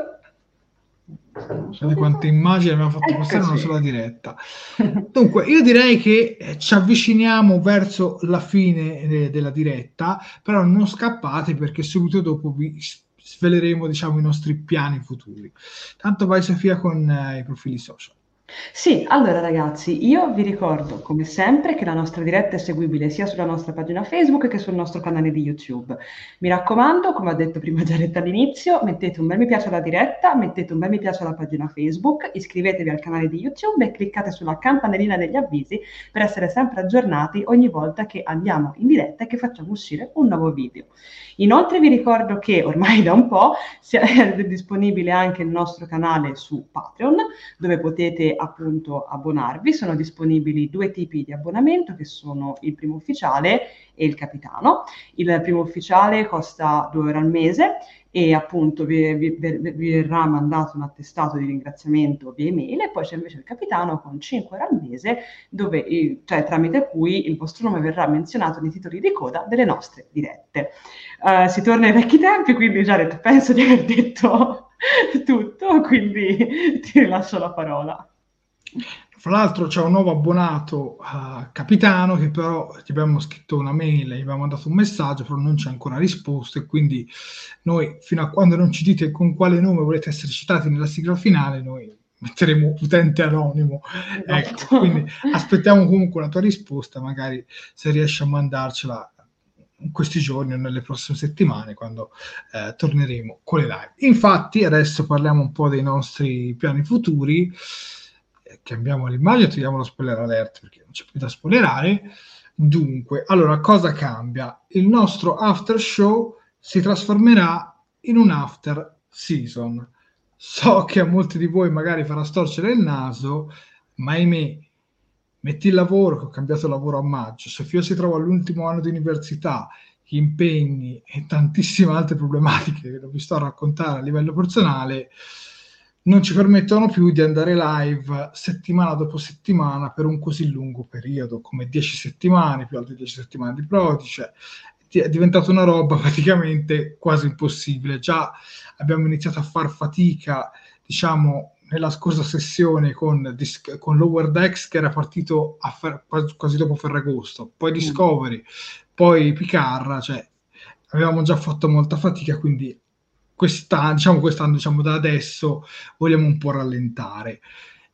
Guardate quante immagini abbiamo fatto passare in una sola diretta. Dunque, io direi che ci avviciniamo verso la fine della diretta, però non scappate, perché subito dopo vi sveleremo, diciamo, i nostri piani futuri. Tanto vai Sofia con i profili social. Sì, allora ragazzi, io vi ricordo come sempre che la nostra diretta è seguibile sia sulla nostra pagina Facebook che sul nostro canale di YouTube. Mi raccomando, come ho detto prima Giaretta all'inizio, mettete un bel mi piace alla diretta, mettete un bel mi piace alla pagina Facebook, iscrivetevi al canale di YouTube e cliccate sulla campanellina degli avvisi per essere sempre aggiornati ogni volta che andiamo in diretta e che facciamo uscire un nuovo video. Inoltre vi ricordo che ormai da un po' è disponibile anche il nostro canale su Patreon, dove potete appunto abbonarvi. Sono disponibili 2 tipi di abbonamento, che sono il primo ufficiale e il capitano. Il primo ufficiale costa 2 euro al mese e appunto vi verrà mandato un attestato di ringraziamento via email, e poi c'è invece il capitano con 5 euro al mese, dove, cioè, tramite cui il vostro nome verrà menzionato nei titoli di coda delle nostre dirette. Si torna ai vecchi tempi, quindi Jared, penso di aver detto tutto, quindi ti rilascio la parola. Fra l'altro c'è un nuovo abbonato capitano, che però ti abbiamo scritto una mail, gli abbiamo mandato un messaggio, però non ci ha ancora risposto, e quindi noi, fino a quando non ci dite con quale nome volete essere citati nella sigla finale, noi metteremo utente anonimo. Ecco, quindi aspettiamo comunque la tua risposta, magari se riesci a mandarcela in questi giorni o nelle prossime settimane, quando torneremo con le live. Infatti adesso parliamo un po' dei nostri piani futuri. Cambiamo l'immagine, togliamo lo spoiler alert perché non c'è più da spoilerare. Dunque, allora, cosa cambia? Il nostro after show si trasformerà in un after season. So che a molti di voi magari farà storcere il naso, ma ahimè, metti il lavoro, che ho cambiato lavoro a maggio, Sofia si trova all'ultimo anno di università, gli impegni e tantissime altre problematiche che non vi sto a raccontare a livello personale, non ci permettono più di andare live settimana dopo settimana per un così lungo periodo, come 10 settimane, più altre 10 settimane di Prodigy. Cioè, è diventata una roba praticamente quasi impossibile. Già abbiamo iniziato a far fatica, diciamo, nella scorsa sessione con Lower Decks, che era partito quasi dopo Ferragosto, poi Discovery, poi Picard, cioè avevamo già fatto molta fatica, quindi quest'anno, diciamo da adesso, vogliamo un po' rallentare.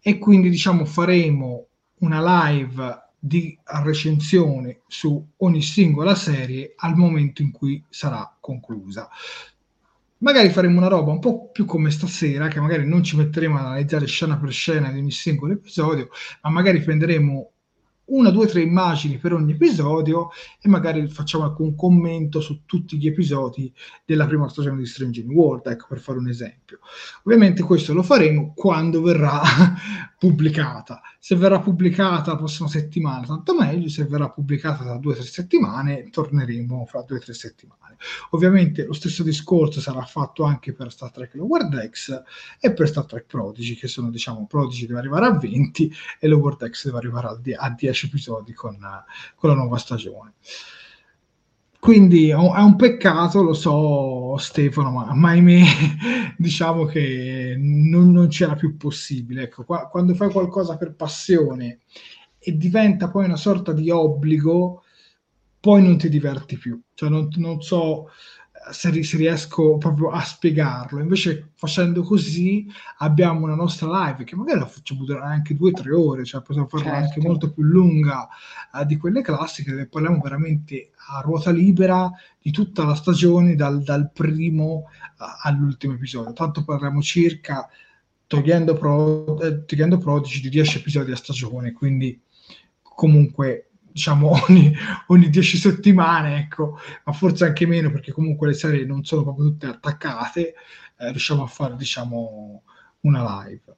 e quindi diciamo faremo una live di recensione su ogni singola serie al momento in cui sarà conclusa. Magari faremo una roba un po' più come stasera, che magari non ci metteremo ad analizzare scena per scena di ogni singolo episodio, ma magari prenderemo 1, 2, 3 immagini per ogni episodio e magari facciamo alcun commento su tutti gli episodi della prima stagione di Strange New World, ecco, per fare un esempio. Ovviamente questo lo faremo quando verrà pubblicata. Se verrà pubblicata la prossima settimana, tanto meglio; se verrà pubblicata tra 2 o 3 settimane, torneremo fra 2 o 3 settimane. Ovviamente lo stesso discorso sarà fatto anche per Star Trek Lower Decks e per Star Trek Prodigy, che sono, diciamo, Prodigy deve arrivare a 20 e Lower Decks deve arrivare a 10 episodi con la nuova stagione. Quindi è un peccato, lo so Stefano, ma ahimè diciamo che non c'era più possibile. Ecco, quando fai qualcosa per passione e diventa poi una sorta di obbligo, poi non ti diverti più. Cioè non so se riesco proprio a spiegarlo. Invece facendo così abbiamo una nostra live che magari la facciamo durare anche 2 o 3 ore, cioè possiamo farla anche molto più lunga di quelle classiche, dove parliamo veramente a ruota libera di tutta la stagione, dal primo all'ultimo episodio. Tanto parliamo circa, togliendo Prodigy, di 10 episodi a stagione, quindi comunque diciamo ogni 10 settimane, ecco, ma forse anche meno, perché comunque le serie non sono proprio tutte attaccate, riusciamo a fare, diciamo, una live.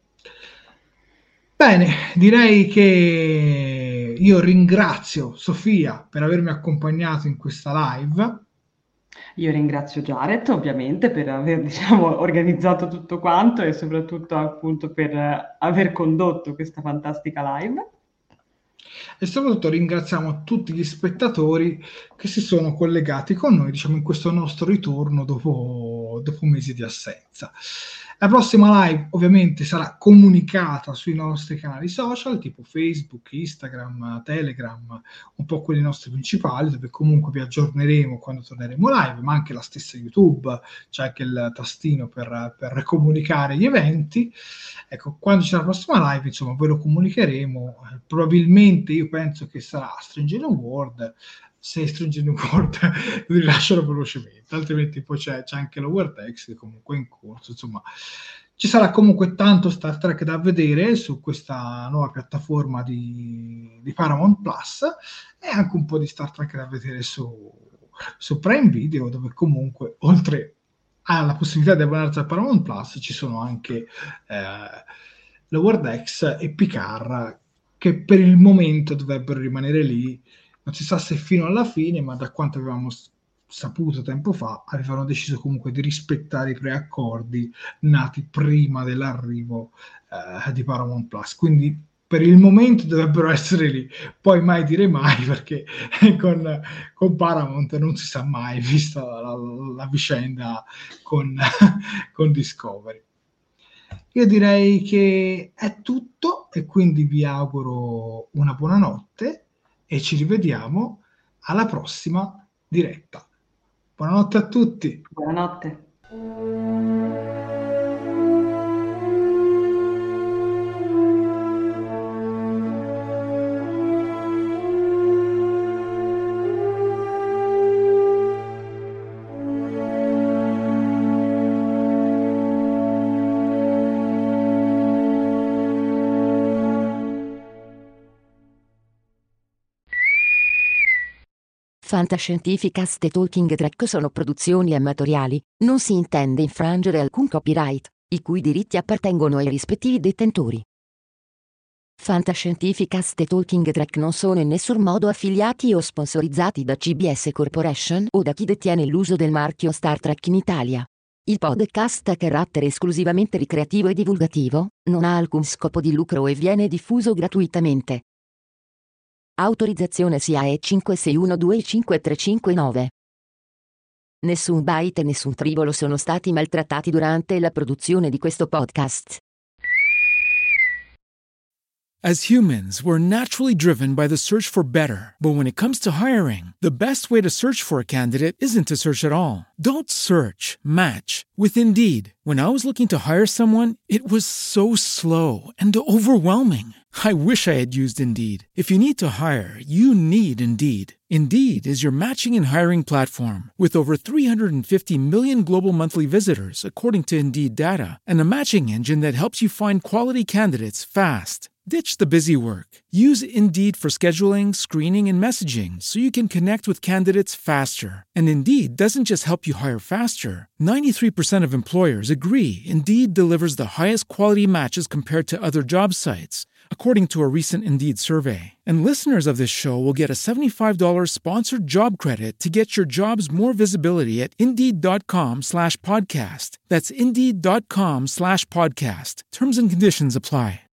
Bene, direi che io ringrazio Sofia per avermi accompagnato in questa live. Io ringrazio Jared, ovviamente, per aver, diciamo, organizzato tutto quanto e soprattutto appunto per aver condotto questa fantastica live. E soprattutto ringraziamo tutti gli spettatori che si sono collegati con noi, diciamo, in questo nostro ritorno dopo mesi di assenza. La prossima live ovviamente sarà comunicata sui nostri canali social, tipo Facebook, Instagram, Telegram, un po' quelli nostri principali, dove comunque vi aggiorneremo quando torneremo live, ma anche la stessa YouTube, c'è anche il tastino per comunicare gli eventi. Ecco, quando c'è la prossima live, insomma, ve lo comunicheremo. Probabilmente io penso che sarà Strange New World. Se Strange New World lo rilasciano velocemente, altrimenti poi c'è anche Lower Decks che comunque è in corso. Insomma, ci sarà comunque tanto Star Trek da vedere su questa nuova piattaforma di Paramount Plus, e anche un po' di Star Trek da vedere su Prime Video, dove comunque oltre alla possibilità di abbonarsi a Paramount Plus ci sono anche Lower Decks e Picard, che per il momento dovrebbero rimanere lì. Non si sa se fino alla fine, ma da quanto avevamo saputo tempo fa, avevano deciso comunque di rispettare i preaccordi nati prima dell'arrivo di Paramount Plus. Quindi per il momento dovrebbero essere lì, poi mai dire mai, perché con Paramount non si sa mai, vista la vicenda con Discovery. Io direi che è tutto, e quindi vi auguro una buona notte e ci rivediamo alla prossima diretta. Buonanotte a tutti. Buonanotte. Fantascientificast e Talking Trek sono produzioni amatoriali, non si intende infrangere alcun copyright, i cui diritti appartengono ai rispettivi detentori. Fantascientificast e Talking Trek non sono in nessun modo affiliati o sponsorizzati da CBS Corporation o da chi detiene l'uso del marchio Star Trek in Italia. Il podcast ha carattere esclusivamente ricreativo e divulgativo, non ha alcun scopo di lucro e viene diffuso gratuitamente. Autorizzazione SIAE 56125359. Nessun byte e nessun tribolo sono stati maltrattati durante la produzione di questo podcast. As humans, we're naturally driven by the search for better. But when it comes to hiring, the best way to search for a candidate isn't to search at all. Don't search, match with Indeed. When I was looking to hire someone, it was so slow and overwhelming. I wish I had used Indeed. If you need to hire, you need Indeed. Indeed is your matching and hiring platform with over 350 million global monthly visitors, according to Indeed data, and a matching engine that helps you find quality candidates fast. Ditch the busy work. Use Indeed for scheduling, screening, and messaging so you can connect with candidates faster. And Indeed doesn't just help you hire faster. 93% of employers agree Indeed delivers the highest quality matches compared to other job sites, according to a recent Indeed survey. And listeners of this show will get a $75 sponsored job credit to get your jobs more visibility at Indeed.com/podcast. That's Indeed.com/podcast. Terms and conditions apply.